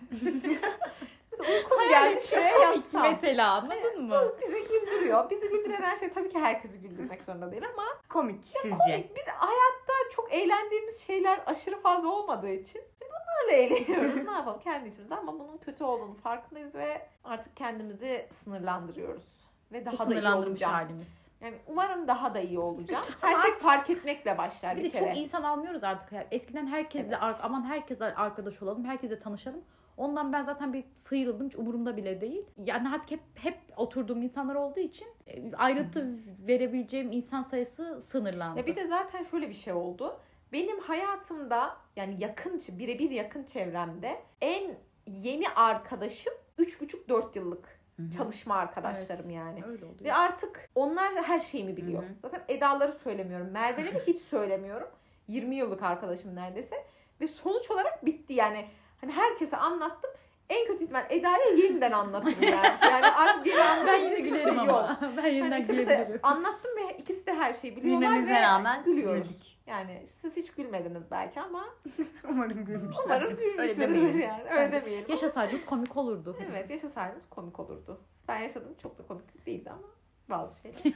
Mesela uykum geldi şuraya yatsam. Mesela anladın mı? Bu bizi güldürüyor. Bizi güldüren her şey tabii ki herkesi güldürmek zorunda değil ama Komik sizce? komik. Biz hayatta çok eğlendiğimiz şeyler aşırı fazla olmadığı için bunlarla eğleniyoruz. Ne yapalım kendi içimizde, ama bunun kötü olduğunu farkındayız ve artık kendimizi sınırlandırıyoruz. Ve daha da iyi Sınırlandırmış olacağım. halimiz. Yani umarım daha da iyi olacağım. Her şey fark etmekle başlar bir, Bir de kere. çok insan almıyoruz artık. Ya. Eskiden herkesle Evet. ar- aman herkesle arkadaş olalım, herkesle tanışalım. Ondan ben zaten bir sıyrıldım, hiç umurumda bile değil. Yani artık hep hep oturduğum insanlar olduğu için e, ayrıntı verebileceğim insan sayısı sınırlandı. Ya bir de zaten şöyle bir şey oldu. Benim hayatımda yani yakın, birebir yakın çevremde en yeni arkadaşım üç buçuk dört yıllık çalışma arkadaşlarım Evet, yani. öyle oluyor. Ve artık onlar her şeyimi biliyor. Hı hı. Zaten Eda'ları söylemiyorum. Merve'leri hiç söylemiyorum. yirmi yıllık arkadaşım neredeyse. Ve sonuç olarak bitti yani. Hani herkese anlattım. En kötü ihtimal Eda'ya yeniden anlatırım yani. Yani artık yeni Ben anlatacak yine bir şey gülerim yok. ama. Ben Hani yeniden işte mesela gülebilirim. anlattım ve ikisi de her şeyi biliyorlar Bilmemize ve rağmen gülüyoruz. güldük. Yani siz hiç gülmediniz belki ama Umarım gülmüşler. umarım gülmüşsünüzdür yani. Öyle demeyelim. Yaşasaydınız komik olurdu. Evet, yaşasaydınız komik olurdu. Ben yaşadım, çok da komik değildi ama bazı şeyler.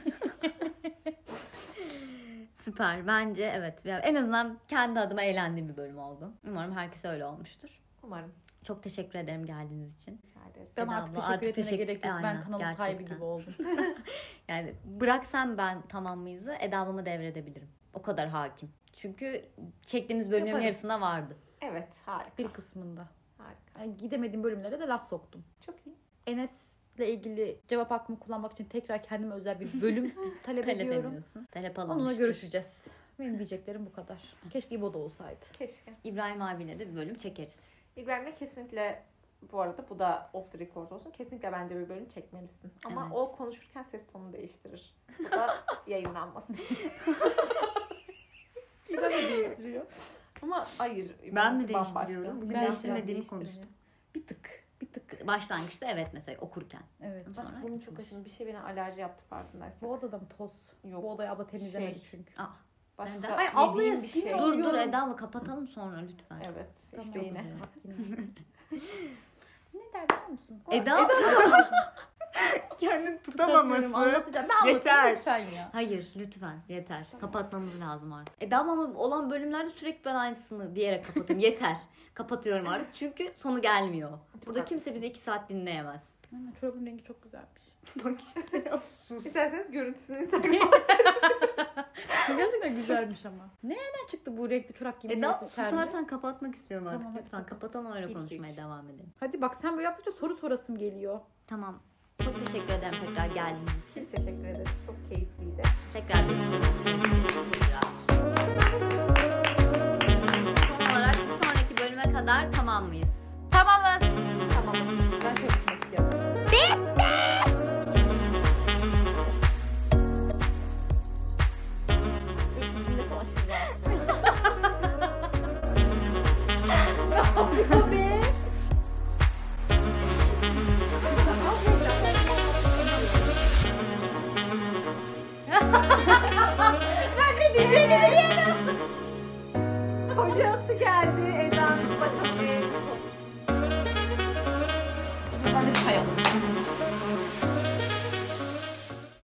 Süper. Bence evet. Yani en azından kendi adıma eğlendiğim bir bölüm oldu. Umarım herkese öyle olmuştur. Umarım. Çok teşekkür ederim geldiğiniz için. Rica ederiz. Ben Eda artık abla, teşekkür artık etmene teşekkür- gerek yok. Aynen, Ben kanalın gerçekten. sahibi gibi oldum. Yani bıraksam ben tamam mıyızı Eda ablama devredebilirim. O kadar hakim. Çünkü çektiğimiz bölümlerin Yaparım. yarısında vardı. Evet, harika. Bir kısmında. Harika. Yani gidemediğim bölümlere de laf soktum. Çok iyi. Enes'le ilgili cevap hakkımı kullanmak için tekrar kendime özel bir bölüm talep Talep ediyorum. ediyorsun. Talep alınmıştır. Onunla görüşeceğiz. Benim diyeceklerim bu kadar. Keşke İbo da olsaydı. Keşke. İbrahim abiyle de bir bölüm çekeriz. İbrahim'e kesinlikle, bu arada bu da off the record olsun. Kesinlikle bence bir bölüm çekmelisin. Ama Evet. o konuşurken ses tonunu değiştirir. Bu da yayınlanmasın. Yine mi değiştiriyor? Ama hayır. Ben mi benimki bambaşka. değiştiriyorum? Bugün Ben değiştirmediğimi değiştirmiyorum. konuştum. Bir tık. Bir tık. Başlangıçta evet mesela okurken. Evet. Bak Sonra bunun çok açılmış. aşırı bir şey beni alerji yaptı farkındaysan. Bu odada mı toz? Yok. Bu odayı abla temizlemedi Şey. çünkü. Ah, Başka Neden? Ay, ablaya yediğim bir sinir şey. ol- dur dur Oluyorum. Eda abla kapatalım sonra lütfen. Evet. Tamam. işte yine. Bak yine. Ne der biliyor musun? Eda Kendini tutamaması. Anlatacağım. Ben Yeter. anlatayım lütfen ya. Hayır lütfen yeter. Kapatmamız lazım artık. Eda ama olan bölümlerde sürekli ben aynısını diyerek kapatıyorum. Yeter. Kapatıyorum artık. Çünkü sonu gelmiyor. Burada kimse bizi iki saat dinleyemez. Aynen, çorabın rengi çok güzelmiş. Bak işte. İsterseniz görüntüsünü izleyin. Gerçekten güzelmiş ama. Nereden çıktı bu renkli çorap gibi? Eda birisi sende? susarsan kapatmak istiyorum artık. Tamam, hadi Lütfen kapat. kapatalım öyle İlk konuşmaya üç. devam edelim. Hadi bak sen böyle yaptıkça soru sorasım geliyor. Tamam. Çok teşekkür ederim tekrar geldiğiniz için. Biz teşekkür ederiz. Çok keyifliydi. Tekrar bekliyoruz.